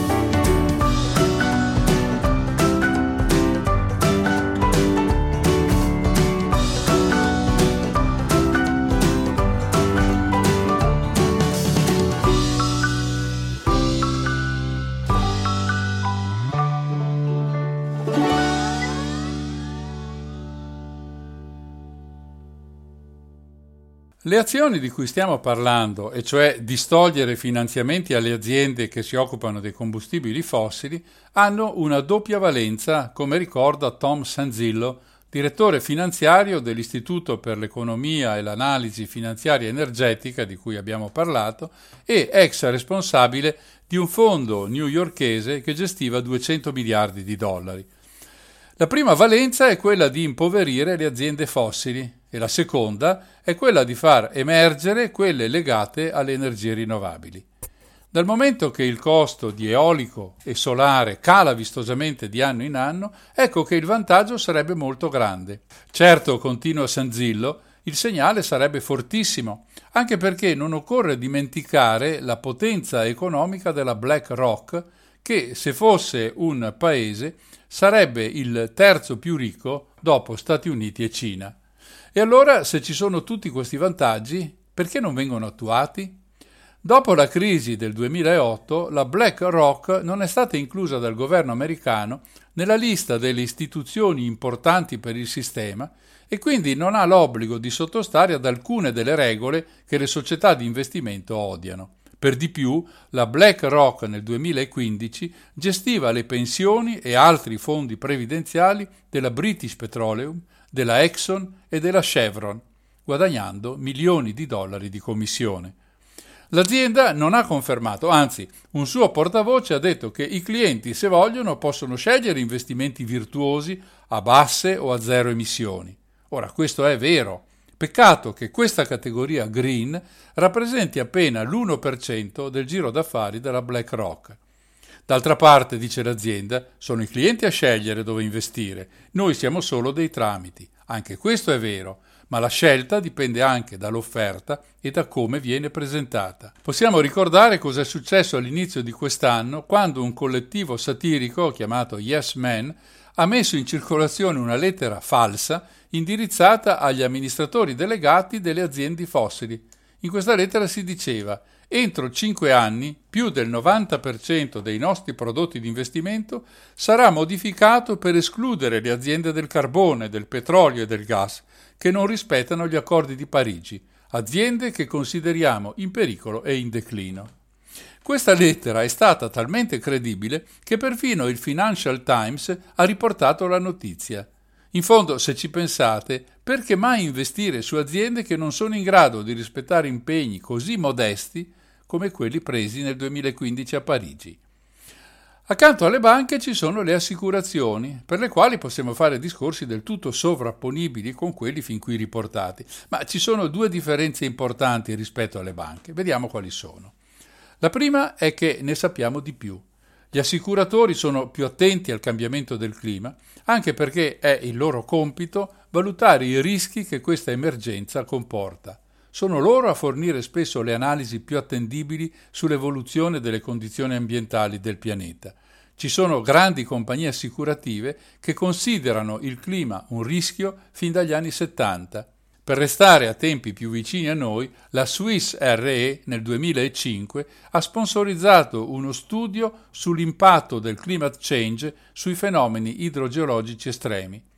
Le azioni di cui stiamo parlando, e cioè distogliere finanziamenti alle aziende che si occupano dei combustibili fossili, hanno una doppia valenza, come ricorda Tom Sanzillo, direttore finanziario dell'Istituto per l'economia e l'analisi finanziaria energetica di cui abbiamo parlato e ex responsabile di un fondo newyorkese che gestiva 200 miliardi di dollari. La prima valenza è quella di impoverire le aziende fossili e la seconda è quella di far emergere quelle legate alle energie rinnovabili. Dal momento che il costo di eolico e solare cala vistosamente di anno in anno, ecco che il vantaggio sarebbe molto grande. Certo, continua Sanzillo, il segnale sarebbe fortissimo, anche perché non occorre dimenticare la potenza economica della BlackRock, che se fosse un paese sarebbe il terzo più ricco dopo Stati Uniti e Cina. E allora, se ci sono tutti questi vantaggi, perché non vengono attuati? Dopo la crisi del 2008, la BlackRock non è stata inclusa dal governo americano nella lista delle istituzioni importanti per il sistema e quindi non ha l'obbligo di sottostare ad alcune delle regole che le società di investimento odiano. Per di più, la BlackRock nel 2015 gestiva le pensioni e altri fondi previdenziali della British Petroleum, della Exxon e della Chevron, guadagnando milioni di dollari di commissione. L'azienda non ha confermato, anzi, un suo portavoce ha detto che i clienti, se vogliono, possono scegliere investimenti virtuosi a basse o a zero emissioni. Ora, questo è vero. Peccato che questa categoria green rappresenti appena l'1% del giro d'affari della BlackRock. D'altra parte, dice l'azienda, sono i clienti a scegliere dove investire, noi siamo solo dei tramiti. Anche questo è vero, ma la scelta dipende anche dall'offerta e da come viene presentata. Possiamo ricordare cosa è successo all'inizio di quest'anno, quando un collettivo satirico chiamato Yes Men ha messo in circolazione una lettera falsa indirizzata agli amministratori delegati delle aziende fossili. In questa lettera si diceva: entro 5 anni più del 90% dei nostri prodotti di investimento sarà modificato per escludere le aziende del carbone, del petrolio e del gas che non rispettano gli accordi di Parigi, aziende che consideriamo in pericolo e in declino. Questa lettera è stata talmente credibile che perfino il Financial Times ha riportato la notizia. In fondo, se ci pensate, perché mai investire su aziende che non sono in grado di rispettare impegni così modesti come quelli presi nel 2015 a Parigi? Accanto alle banche ci sono le assicurazioni, per le quali possiamo fare discorsi del tutto sovrapponibili con quelli fin qui riportati. Ma ci sono due differenze importanti rispetto alle banche. Vediamo quali sono. La prima è che ne sappiamo di più. Gli assicuratori sono più attenti al cambiamento del clima, anche perché è il loro compito valutare i rischi che questa emergenza comporta. Sono loro a fornire spesso le analisi più attendibili sull'evoluzione delle condizioni ambientali del pianeta. Ci sono grandi compagnie assicurative che considerano il clima un rischio fin dagli anni 70. Per restare a tempi più vicini a noi, la Swiss Re nel 2005 ha sponsorizzato uno studio sull'impatto del climate change sui fenomeni idrogeologici estremi.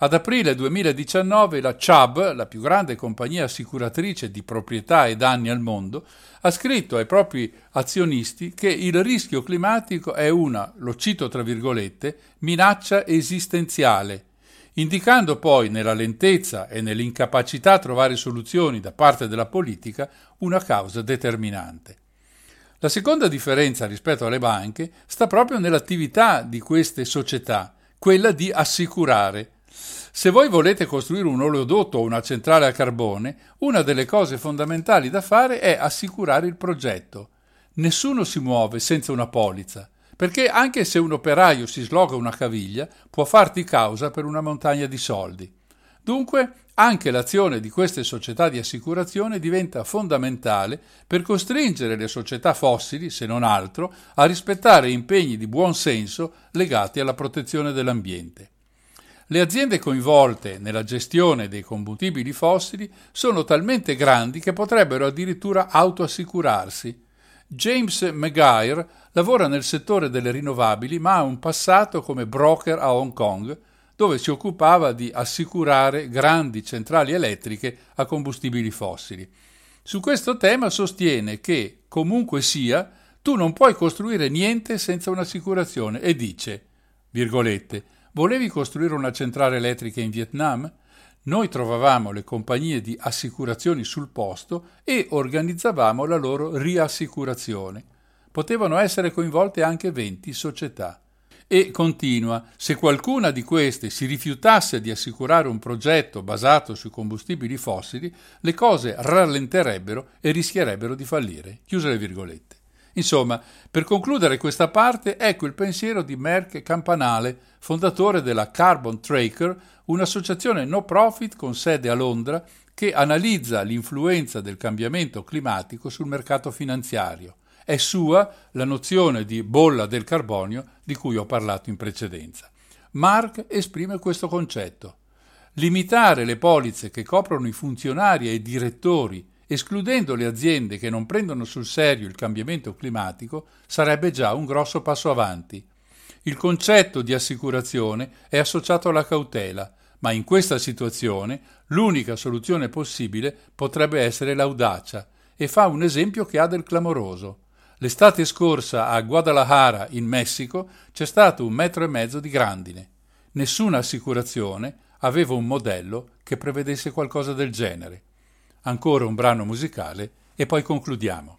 Ad aprile 2019 la Chubb, la più grande compagnia assicuratrice di proprietà e danni al mondo, ha scritto ai propri azionisti che il rischio climatico è una, lo cito tra virgolette, minaccia esistenziale, indicando poi nella lentezza e nell'incapacità a trovare soluzioni da parte della politica una causa determinante. La seconda differenza rispetto alle banche sta proprio nell'attività di queste società, quella di assicurare. Se voi volete costruire un oleodotto o una centrale a carbone, una delle cose fondamentali da fare è assicurare il progetto. Nessuno si muove senza una polizza, perché anche se un operaio si sloga una caviglia, può farti causa per una montagna di soldi. Dunque, anche l'azione di queste società di assicurazione diventa fondamentale per costringere le società fossili, se non altro, a rispettare impegni di buon senso legati alla protezione dell'ambiente. Le aziende coinvolte nella gestione dei combustibili fossili sono talmente grandi che potrebbero addirittura autoassicurarsi. James Maguire lavora nel settore delle rinnovabili, ma ha un passato come broker a Hong Kong, dove si occupava di assicurare grandi centrali elettriche a combustibili fossili. Su questo tema sostiene che, comunque sia, tu non puoi costruire niente senza un'assicurazione e dice, virgolette, volevi costruire una centrale elettrica in Vietnam? Noi trovavamo le compagnie di assicurazioni sul posto e organizzavamo la loro riassicurazione. Potevano essere coinvolte anche 20 società. E continua, se qualcuna di queste si rifiutasse di assicurare un progetto basato sui combustibili fossili, le cose rallenterebbero e rischierebbero di fallire. Chiuse le virgolette. Insomma, per concludere questa parte, ecco il pensiero di Mark Campanale, fondatore della Carbon Tracker, un'associazione no profit con sede a Londra che analizza l'influenza del cambiamento climatico sul mercato finanziario. È sua la nozione di bolla del carbonio di cui ho parlato in precedenza. Mark esprime questo concetto. Limitare le polizze che coprono i funzionari e i direttori, escludendo le aziende che non prendono sul serio il cambiamento climatico, sarebbe già un grosso passo avanti. Il concetto di assicurazione è associato alla cautela, ma in questa situazione l'unica soluzione possibile potrebbe essere l'audacia, e fa un esempio che ha del clamoroso. L'estate scorsa a Guadalajara, in Messico, c'è stato 1,5 metri di grandine. Nessuna assicurazione aveva un modello che prevedesse qualcosa del genere. Ancora un brano musicale e poi concludiamo.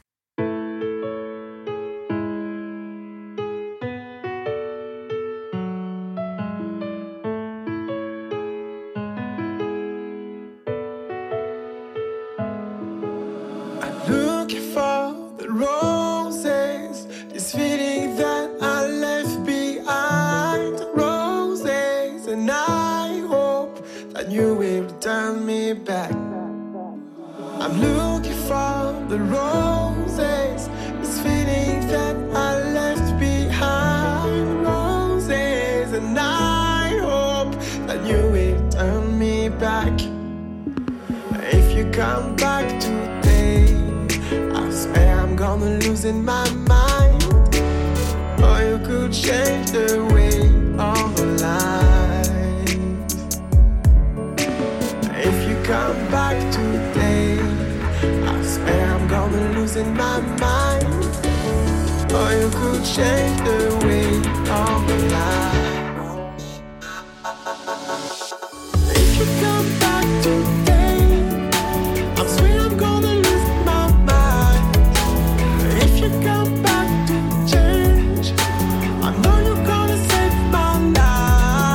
You will turn me back. I'm looking for the roses, this feeling that I left behind. Roses, and I hope that you will turn me back. If you come back today, I swear I'm gonna lose in my mind. Or you could change the way of life. Come back today, I swear I'm gonna lose in my mind. Or you could change the way of life. If you come back today, I swear I'm gonna lose my mind. If you come back to change, I know you're gonna save my life.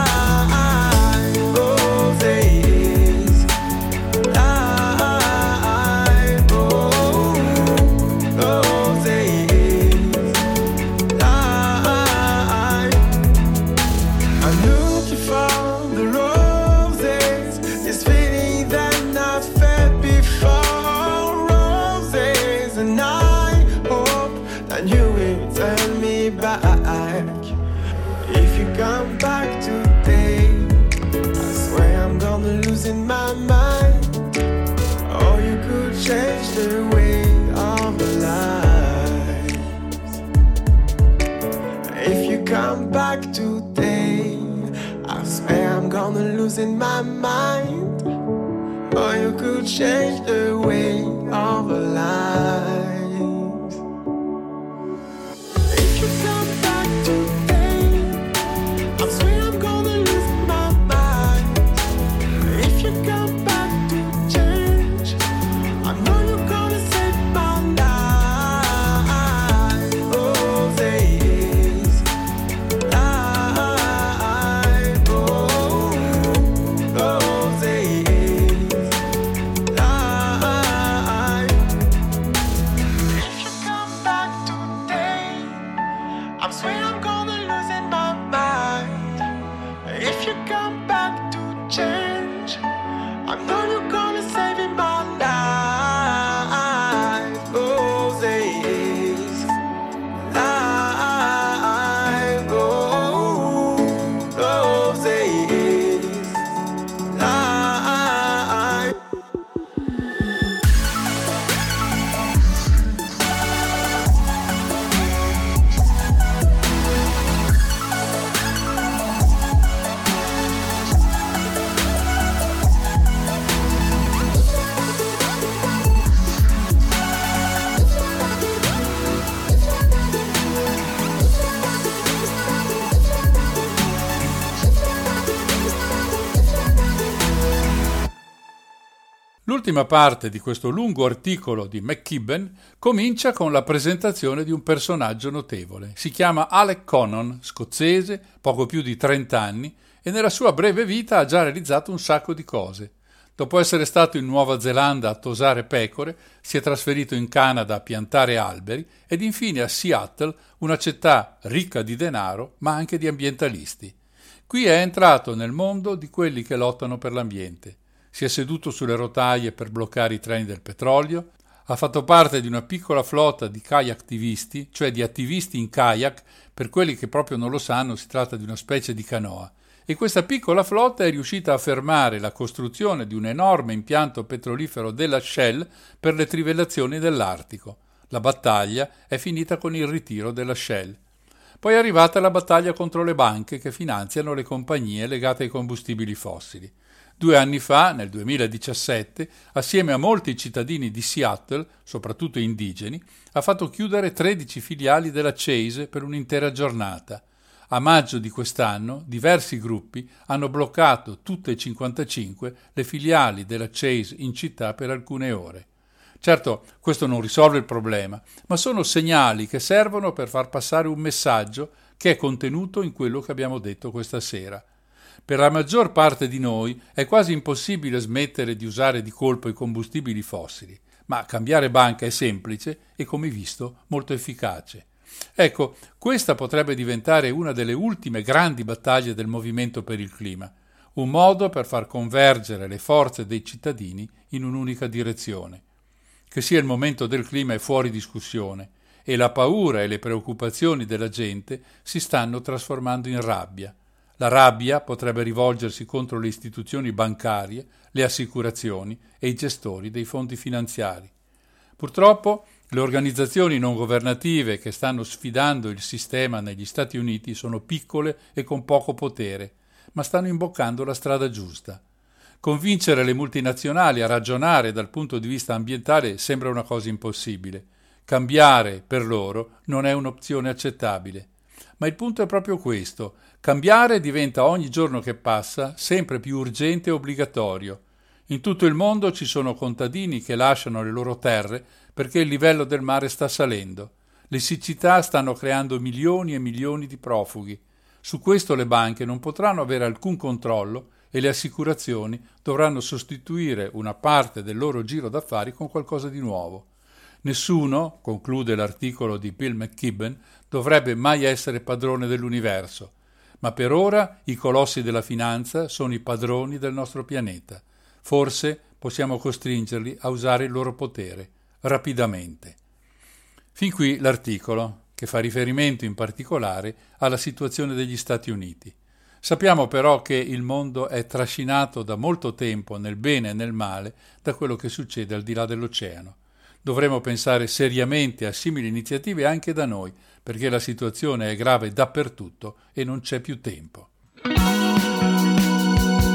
Come back today, I swear I'm gonna lose in my mind. Or you could change the way of lives. If you come back today, I swear I'm gonna gonna losing my mind, or you could change the way of our lives. If you come back today, I swear I'm gonna lose my mind. If you come back to change, I know you're gonna save my life. Oh, days, life, oh, days, life. If you come back today, I swear I'm gonna lose in my mind. If you come back to change, I know you're gonna save in my life. Oh, days, life, oh, days, life. L'ultima parte di questo lungo articolo di McKibben comincia con la presentazione di un personaggio notevole. Si chiama Alec Connon, scozzese, poco più di 30 anni, e nella sua breve vita ha già realizzato un sacco di cose. Dopo essere stato in Nuova Zelanda a tosare pecore, si è trasferito in Canada a piantare alberi ed infine a Seattle, una città ricca di denaro ma anche di ambientalisti. Qui è entrato nel mondo di quelli che lottano per l'ambiente. Si è seduto sulle rotaie per bloccare i treni del petrolio, ha fatto parte di una piccola flotta di kayaktivisti, cioè di attivisti in kayak. Per quelli che proprio non lo sanno, si tratta di una specie di canoa, e questa piccola flotta è riuscita a fermare la costruzione di un enorme impianto petrolifero della Shell per le trivellazioni dell'Artico. La battaglia è finita con il ritiro della Shell. Poi è arrivata la battaglia contro le banche che finanziano le compagnie legate ai combustibili fossili. 2 anni fa, nel 2017, assieme a molti cittadini di Seattle, soprattutto indigeni, ha fatto chiudere 13 filiali della Chase per un'intera giornata. A maggio di quest'anno, diversi gruppi hanno bloccato tutte e 55 le filiali della Chase in città per alcune ore. Certo, questo non risolve il problema, ma sono segnali che servono per far passare un messaggio che è contenuto in quello che abbiamo detto questa sera. Per la maggior parte di noi è quasi impossibile smettere di usare di colpo i combustibili fossili, ma cambiare banca è semplice e, come visto, molto efficace. Ecco, questa potrebbe diventare una delle ultime grandi battaglie del movimento per il clima, un modo per far convergere le forze dei cittadini in un'unica direzione. Che sia il momento del clima è fuori discussione e la paura e le preoccupazioni della gente si stanno trasformando in rabbia. La rabbia potrebbe rivolgersi contro le istituzioni bancarie, le assicurazioni e i gestori dei fondi finanziari. Purtroppo le organizzazioni non governative che stanno sfidando il sistema negli Stati Uniti sono piccole e con poco potere, ma stanno imboccando la strada giusta. Convincere le multinazionali a ragionare dal punto di vista ambientale sembra una cosa impossibile. Cambiare per loro non è un'opzione accettabile. Ma il punto è proprio questo: cambiare diventa ogni giorno che passa sempre più urgente e obbligatorio. In tutto il mondo ci sono contadini che lasciano le loro terre perché il livello del mare sta salendo. Le siccità stanno creando milioni e milioni di profughi. Su questo le banche non potranno avere alcun controllo e le assicurazioni dovranno sostituire una parte del loro giro d'affari con qualcosa di nuovo. Nessuno, conclude l'articolo di Bill McKibben, dovrebbe mai essere padrone dell'universo, ma per ora i colossi della finanza sono i padroni del nostro pianeta. Forse possiamo costringerli a usare il loro potere, rapidamente. Fin qui l'articolo, che fa riferimento in particolare alla situazione degli Stati Uniti. Sappiamo però che il mondo è trascinato da molto tempo, nel bene e nel male, da quello che succede al di là dell'oceano. Dovremo pensare seriamente a simili iniziative anche da noi, perché la situazione è grave dappertutto e non c'è più tempo.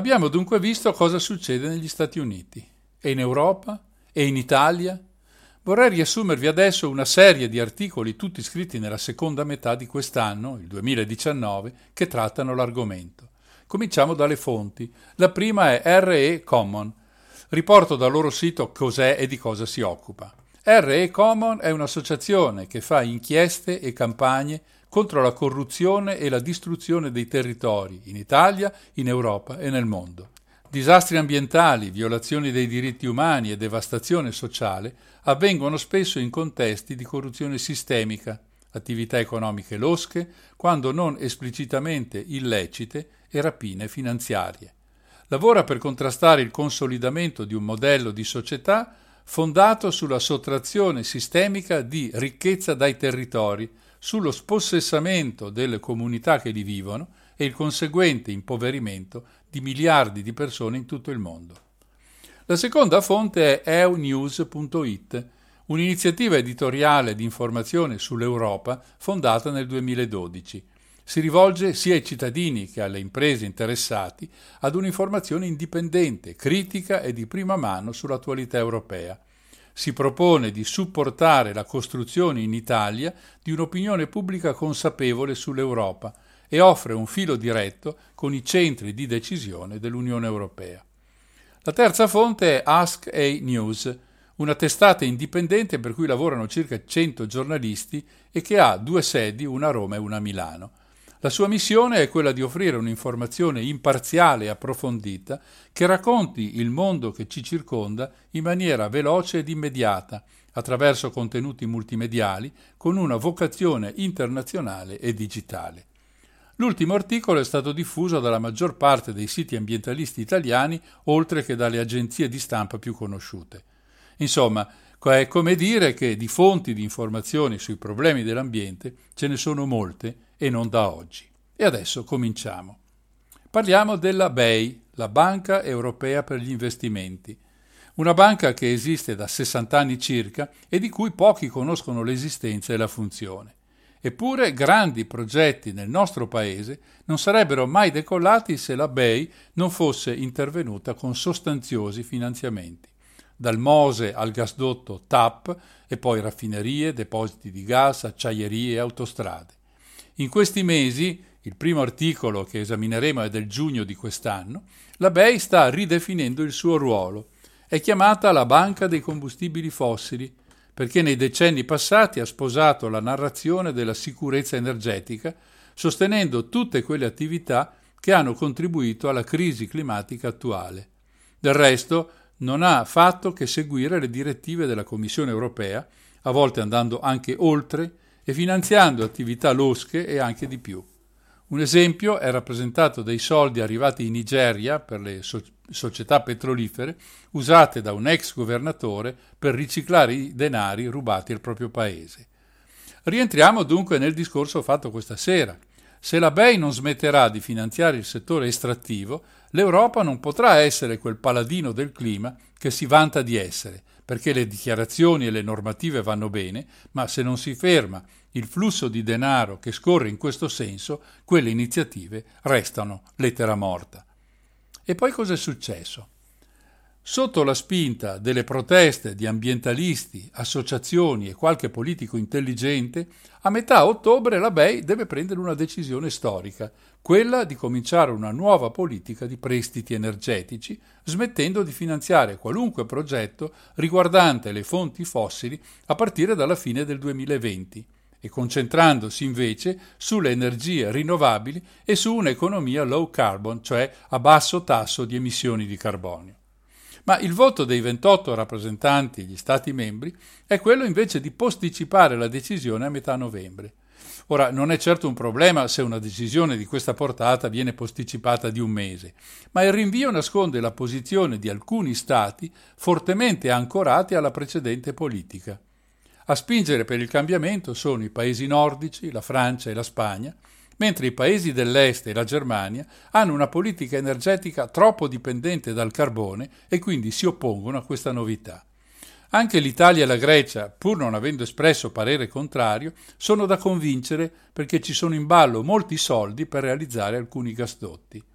Abbiamo dunque visto cosa succede negli Stati Uniti, e in Europa, e in Italia. Vorrei riassumervi adesso una serie di articoli tutti scritti nella seconda metà di quest'anno, il 2019, che trattano l'argomento. Cominciamo dalle fonti. La prima è RE Common. Riporto dal loro sito cos'è e di cosa si occupa. RE Common è un'associazione che fa inchieste e campagne contro la corruzione e la distruzione dei territori in Italia, in Europa e nel mondo. Disastri ambientali, violazioni dei diritti umani e devastazione sociale avvengono spesso in contesti di corruzione sistemica, attività economiche losche, quando non esplicitamente illecite, e rapine finanziarie. Lavora per contrastare il consolidamento di un modello di società fondato sulla sottrazione sistemica di ricchezza dai territori, sullo spossessamento delle comunità che li vivono e il conseguente impoverimento di miliardi di persone in tutto il mondo. La seconda fonte è eunews.it, un'iniziativa editoriale di informazione sull'Europa fondata nel 2012. Si rivolge sia ai cittadini che alle imprese interessati ad un'informazione indipendente, critica e di prima mano sull'attualità europea. Si propone di supportare la costruzione in Italia di un'opinione pubblica consapevole sull'Europa e offre un filo diretto con i centri di decisione dell'Unione Europea. La terza fonte è Ask A News, una testata indipendente per cui lavorano circa 100 giornalisti e che ha 2 sedi, una a Roma e una a Milano. La sua missione è quella di offrire un'informazione imparziale e approfondita che racconti il mondo che ci circonda in maniera veloce ed immediata, attraverso contenuti multimediali, con una vocazione internazionale e digitale. L'ultimo articolo è stato diffuso dalla maggior parte dei siti ambientalisti italiani, oltre che dalle agenzie di stampa più conosciute. Insomma, è come dire che di fonti di informazioni sui problemi dell'ambiente ce ne sono molte e non da oggi. E adesso cominciamo. Parliamo della BEI, la Banca Europea per gli Investimenti, una banca che esiste da 60 anni circa e di cui pochi conoscono l'esistenza e la funzione. Eppure grandi progetti nel nostro paese non sarebbero mai decollati se la BEI non fosse intervenuta con sostanziosi finanziamenti. Dal Mose al gasdotto TAP e poi raffinerie, depositi di gas, acciaierie e autostrade. In questi mesi, il primo articolo che esamineremo è del giugno di quest'anno, la BEI sta ridefinendo il suo ruolo. È chiamata la Banca dei combustibili fossili perché nei decenni passati ha sposato la narrazione della sicurezza energetica, sostenendo tutte quelle attività che hanno contribuito alla crisi climatica attuale. Del resto, non ha fatto che seguire le direttive della Commissione europea, a volte andando anche oltre e finanziando attività losche e anche di più. Un esempio è rappresentato dai soldi arrivati in Nigeria per le società petrolifere usate da un ex governatore per riciclare i denari rubati al proprio paese. Rientriamo dunque nel discorso fatto questa sera. Se la BEI non smetterà di finanziare il settore estrattivo, l'Europa non potrà essere quel paladino del clima che si vanta di essere, perché le dichiarazioni e le normative vanno bene, ma se non si ferma il flusso di denaro che scorre in questo senso, quelle iniziative restano lettera morta. E poi cosa è successo? Sotto la spinta delle proteste di ambientalisti, associazioni e qualche politico intelligente, a metà ottobre la BEI deve prendere una decisione storica, quella di cominciare una nuova politica di prestiti energetici, smettendo di finanziare qualunque progetto riguardante le fonti fossili a partire dalla fine del 2020 e concentrandosi invece sulle energie rinnovabili e su un'economia low carbon, cioè a basso tasso di emissioni di carbonio. Ma il voto dei 28 rappresentanti, gli Stati membri, è quello invece di posticipare la decisione a metà novembre. Ora, non è certo un problema se una decisione di questa portata viene posticipata di un mese, ma il rinvio nasconde la posizione di alcuni Stati fortemente ancorati alla precedente politica. A spingere per il cambiamento sono i paesi nordici, la Francia e la Spagna, mentre i paesi dell'est e la Germania hanno una politica energetica troppo dipendente dal carbone e quindi si oppongono a questa novità. Anche l'Italia e la Grecia, pur non avendo espresso parere contrario, sono da convincere perché ci sono in ballo molti soldi per realizzare alcuni gasdotti.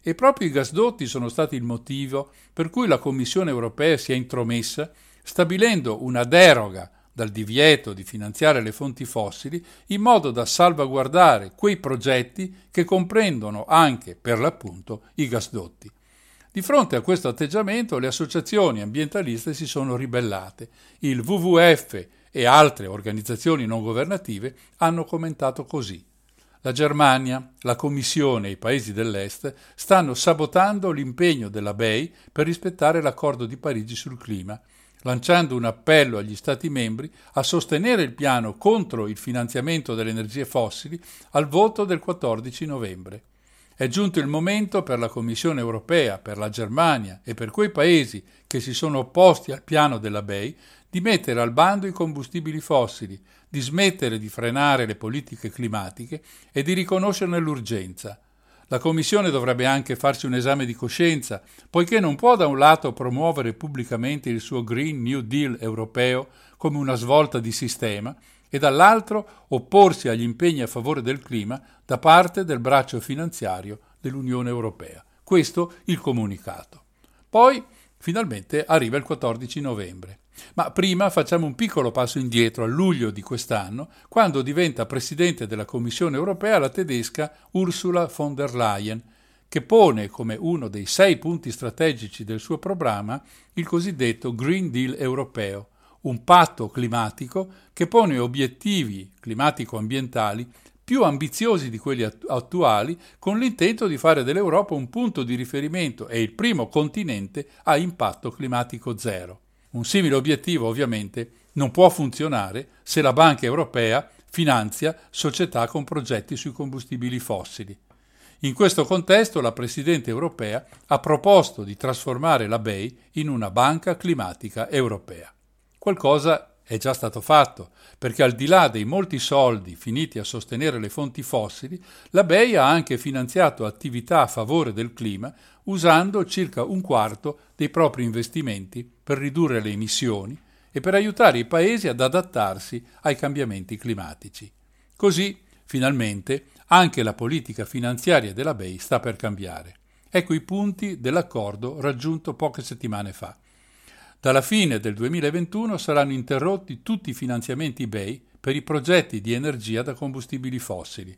E proprio i gasdotti sono stati il motivo per cui la Commissione europea si è intromessa, stabilendo una deroga dal divieto di finanziare le fonti fossili in modo da salvaguardare quei progetti che comprendono anche, per l'appunto, i gasdotti. Di fronte a questo atteggiamento le associazioni ambientaliste si sono ribellate. Il WWF e altre organizzazioni non governative hanno commentato così: la Germania, la Commissione e i paesi dell'Est stanno sabotando l'impegno della BEI per rispettare l'accordo di Parigi sul clima, lanciando un appello agli Stati membri a sostenere il piano contro il finanziamento delle energie fossili al voto del 14 novembre. È giunto il momento per la Commissione europea, per la Germania e per quei paesi che si sono opposti al piano della BEI di mettere al bando i combustibili fossili, di smettere di frenare le politiche climatiche e di riconoscerne l'urgenza. La Commissione dovrebbe anche farsi un esame di coscienza, poiché non può da un lato promuovere pubblicamente il suo Green New Deal europeo come una svolta di sistema e dall'altro opporsi agli impegni a favore del clima da parte del braccio finanziario dell'Unione Europea. Questo il comunicato. Poi finalmente arriva il 14 novembre. Ma prima facciamo un piccolo passo indietro a luglio di quest'anno, quando diventa presidente della Commissione Europea la tedesca Ursula von der Leyen, che pone come uno dei 6 punti strategici del suo programma il cosiddetto Green Deal europeo, un patto climatico che pone obiettivi climatico-ambientali più ambiziosi di quelli attuali, con l'intento di fare dell'Europa un punto di riferimento e il primo continente a impatto climatico zero. Un simile obiettivo, ovviamente, non può funzionare se la Banca Europea finanzia società con progetti sui combustibili fossili. In questo contesto la Presidente europea ha proposto di trasformare la BEI in una banca climatica europea. Qualcosa è già stato fatto, perché al di là dei molti soldi finiti a sostenere le fonti fossili, la BEI ha anche finanziato attività a favore del clima usando circa un quarto dei propri investimenti per ridurre le emissioni e per aiutare i paesi ad adattarsi ai cambiamenti climatici. Così, finalmente, anche la politica finanziaria della BEI sta per cambiare. Ecco i punti dell'accordo raggiunto poche settimane fa. Dalla fine del 2021 saranno interrotti tutti i finanziamenti BEI per i progetti di energia da combustibili fossili.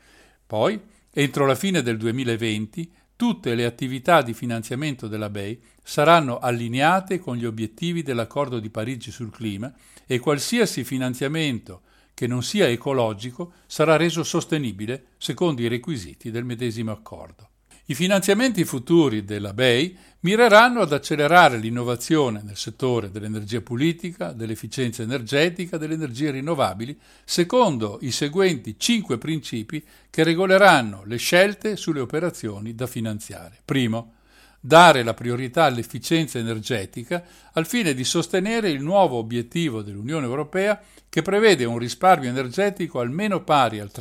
Poi, entro la fine del 2020, tutte le attività di finanziamento della BEI saranno allineate con gli obiettivi dell'accordo di Parigi sul clima e qualsiasi finanziamento che non sia ecologico sarà reso sostenibile secondo i requisiti del medesimo accordo. I finanziamenti futuri della BEI mireranno ad accelerare l'innovazione nel settore dell'energia pulita, dell'efficienza energetica, delle energie rinnovabili, secondo i seguenti 5 principi che regoleranno le scelte sulle operazioni da finanziare. Primo, dare la priorità all'efficienza energetica al fine di sostenere il nuovo obiettivo dell'Unione Europea che prevede un risparmio energetico almeno pari al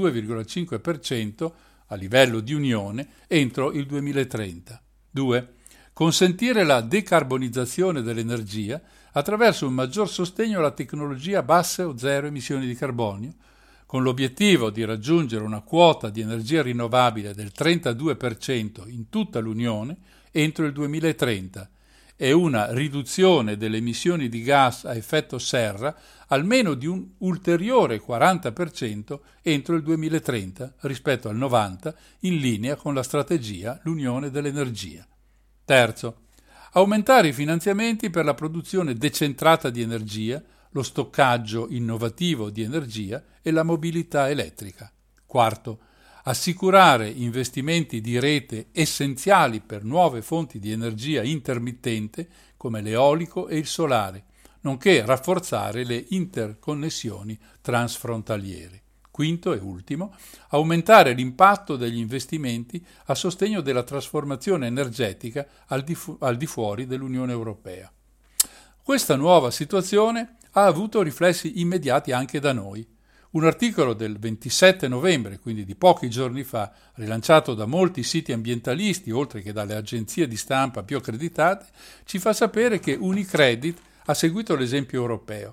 32,5% a livello di Unione entro il 2030. 2. Consentire la decarbonizzazione dell'energia attraverso un maggior sostegno alla tecnologia a basse o zero emissioni di carbonio, con l'obiettivo di raggiungere una quota di energia rinnovabile del 32% in tutta l'Unione entro il 2030 e una riduzione delle emissioni di gas a effetto serra almeno di un ulteriore 40% entro il 2030 rispetto al 90% in linea con la strategia L'Unione dell'Energia. Terzo, aumentare i finanziamenti per la produzione decentrata di energia, lo stoccaggio innovativo di energia e la mobilità elettrica. Quarto, assicurare investimenti di rete essenziali per nuove fonti di energia intermittente come l'eolico e il solare, nonché rafforzare le interconnessioni transfrontaliere. Quinto e ultimo, aumentare l'impatto degli investimenti a sostegno della trasformazione energetica al di fuori dell'Unione Europea. Questa nuova situazione ha avuto riflessi immediati anche da noi. Un articolo del 27 novembre, quindi di pochi giorni fa, rilanciato da molti siti ambientalisti, oltre che dalle agenzie di stampa più accreditate, ci fa sapere che Unicredit ha seguito l'esempio europeo.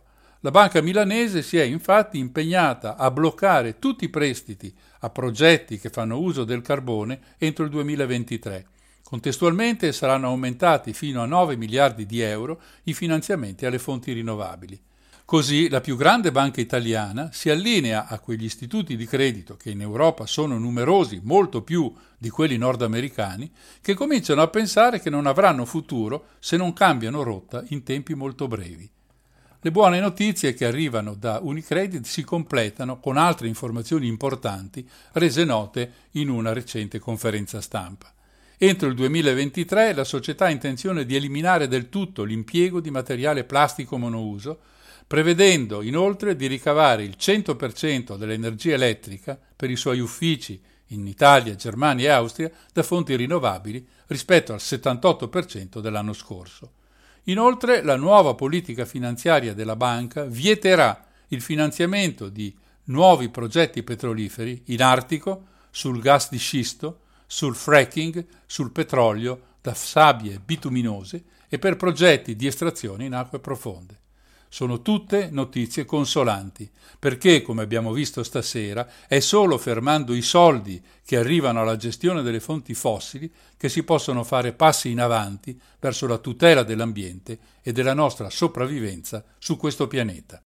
La banca milanese si è infatti impegnata a bloccare tutti i prestiti a progetti che fanno uso del carbone entro il 2023. Contestualmente saranno aumentati fino a 9 miliardi di euro i finanziamenti alle fonti rinnovabili. Così la più grande banca italiana si allinea a quegli istituti di credito, che in Europa sono numerosi, molto più di quelli nordamericani, che cominciano a pensare che non avranno futuro se non cambiano rotta in tempi molto brevi. Le buone notizie che arrivano da Unicredit si completano con altre informazioni importanti rese note in una recente conferenza stampa. Entro il 2023 la società ha intenzione di eliminare del tutto l'impiego di materiale plastico monouso, prevedendo inoltre di ricavare il 100% dell'energia elettrica per i suoi uffici in Italia, Germania e Austria da fonti rinnovabili rispetto al 78% dell'anno scorso. Inoltre la nuova politica finanziaria della banca vieterà il finanziamento di nuovi progetti petroliferi in Artico, sul gas di scisto, sul fracking, sul petrolio da sabbie bituminose e per progetti di estrazione in acque profonde. Sono tutte notizie consolanti, perché, come abbiamo visto stasera, è solo fermando i soldi che arrivano alla gestione delle fonti fossili che si possono fare passi in avanti verso la tutela dell'ambiente e della nostra sopravvivenza su questo pianeta.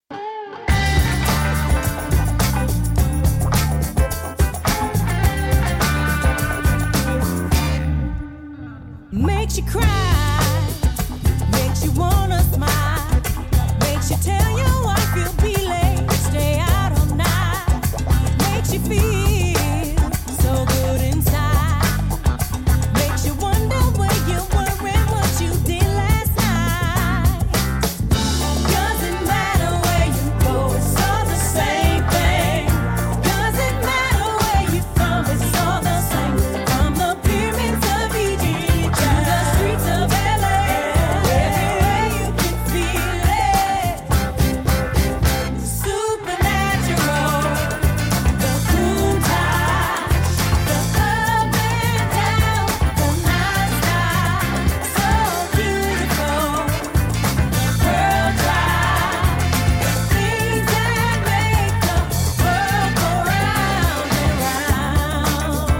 Makes you cry, makes you wanna smile, makes you tell your wife you'll be late, stay out all night, makes you feel so good inside, makes you wonder where you were and what you did last night. Doesn't matter where you go, it's all the same thing. Doesn't matter where you're from, it's all the same. From the pyramids of Egypt to the streets of LA, everywhere you can feel it. Supernatural, the cool touch, the up and down, the night sky, so beautiful. World drive, the things that make the world go round and round.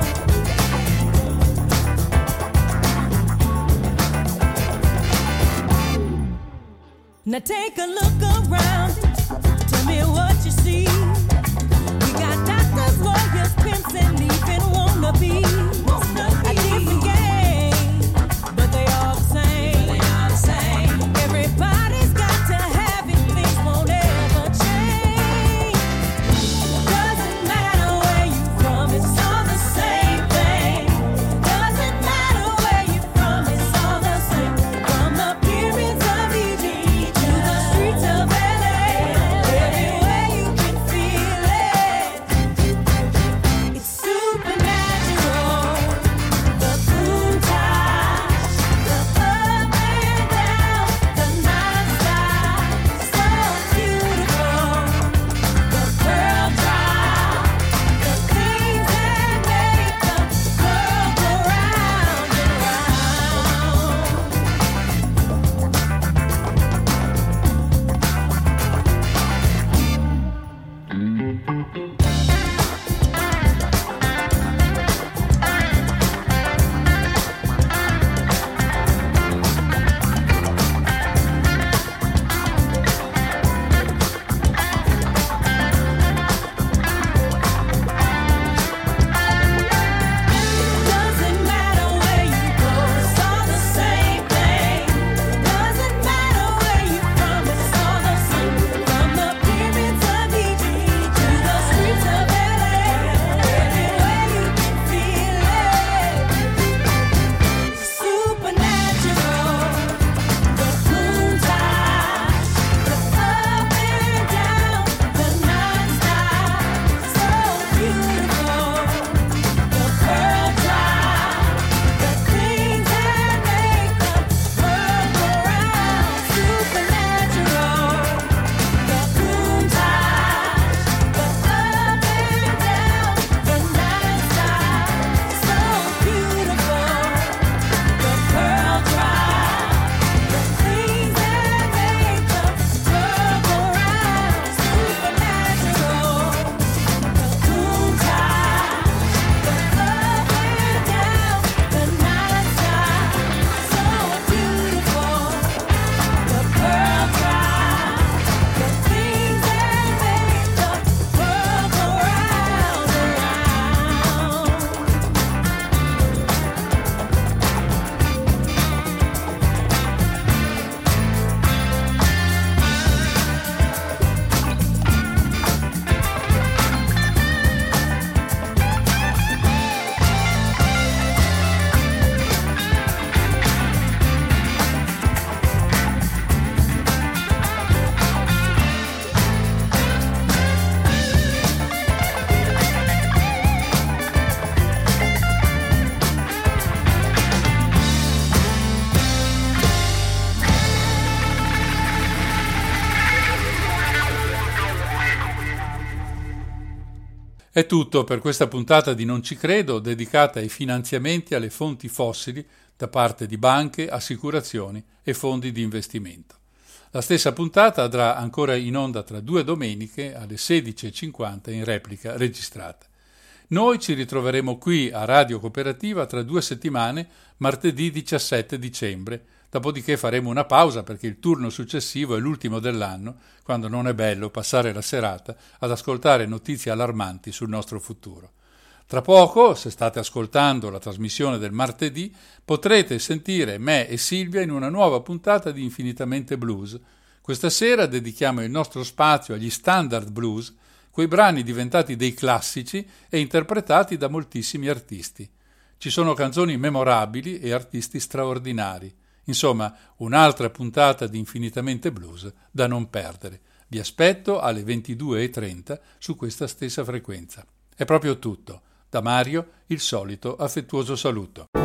Now take a look around, tell me what you see. We got doctors, lawyers, pimps, and even wannabes. A different game, but they all the same. Everybody's got to have it, things won't ever change. Doesn't matter where you're from, it's all the same thing. Doesn't matter where you're from, it's all the same. From the pyramids of Egypt to the streets of LA. È tutto per questa puntata di Non ci credo, dedicata ai finanziamenti alle fonti fossili da parte di banche, assicurazioni e fondi di investimento. La stessa puntata andrà ancora in onda tra 2 domeniche alle 16:50 in replica registrata. Noi ci ritroveremo qui a Radio Cooperativa tra 2 settimane, martedì 17 dicembre, dopodiché faremo una pausa perché il turno successivo è l'ultimo dell'anno, quando non è bello passare la serata ad ascoltare notizie allarmanti sul nostro futuro. Tra poco, se state ascoltando la trasmissione del martedì, potrete sentire me e Silvia in una nuova puntata di Infinitamente Blues. Questa sera dedichiamo il nostro spazio agli standard blues, quei brani diventati dei classici e interpretati da moltissimi artisti. Ci sono canzoni memorabili e artisti straordinari. Insomma, un'altra puntata di Infinitamente Blues da non perdere. Vi aspetto alle 22:30 su questa stessa frequenza. È proprio tutto. Da Mario il solito affettuoso saluto.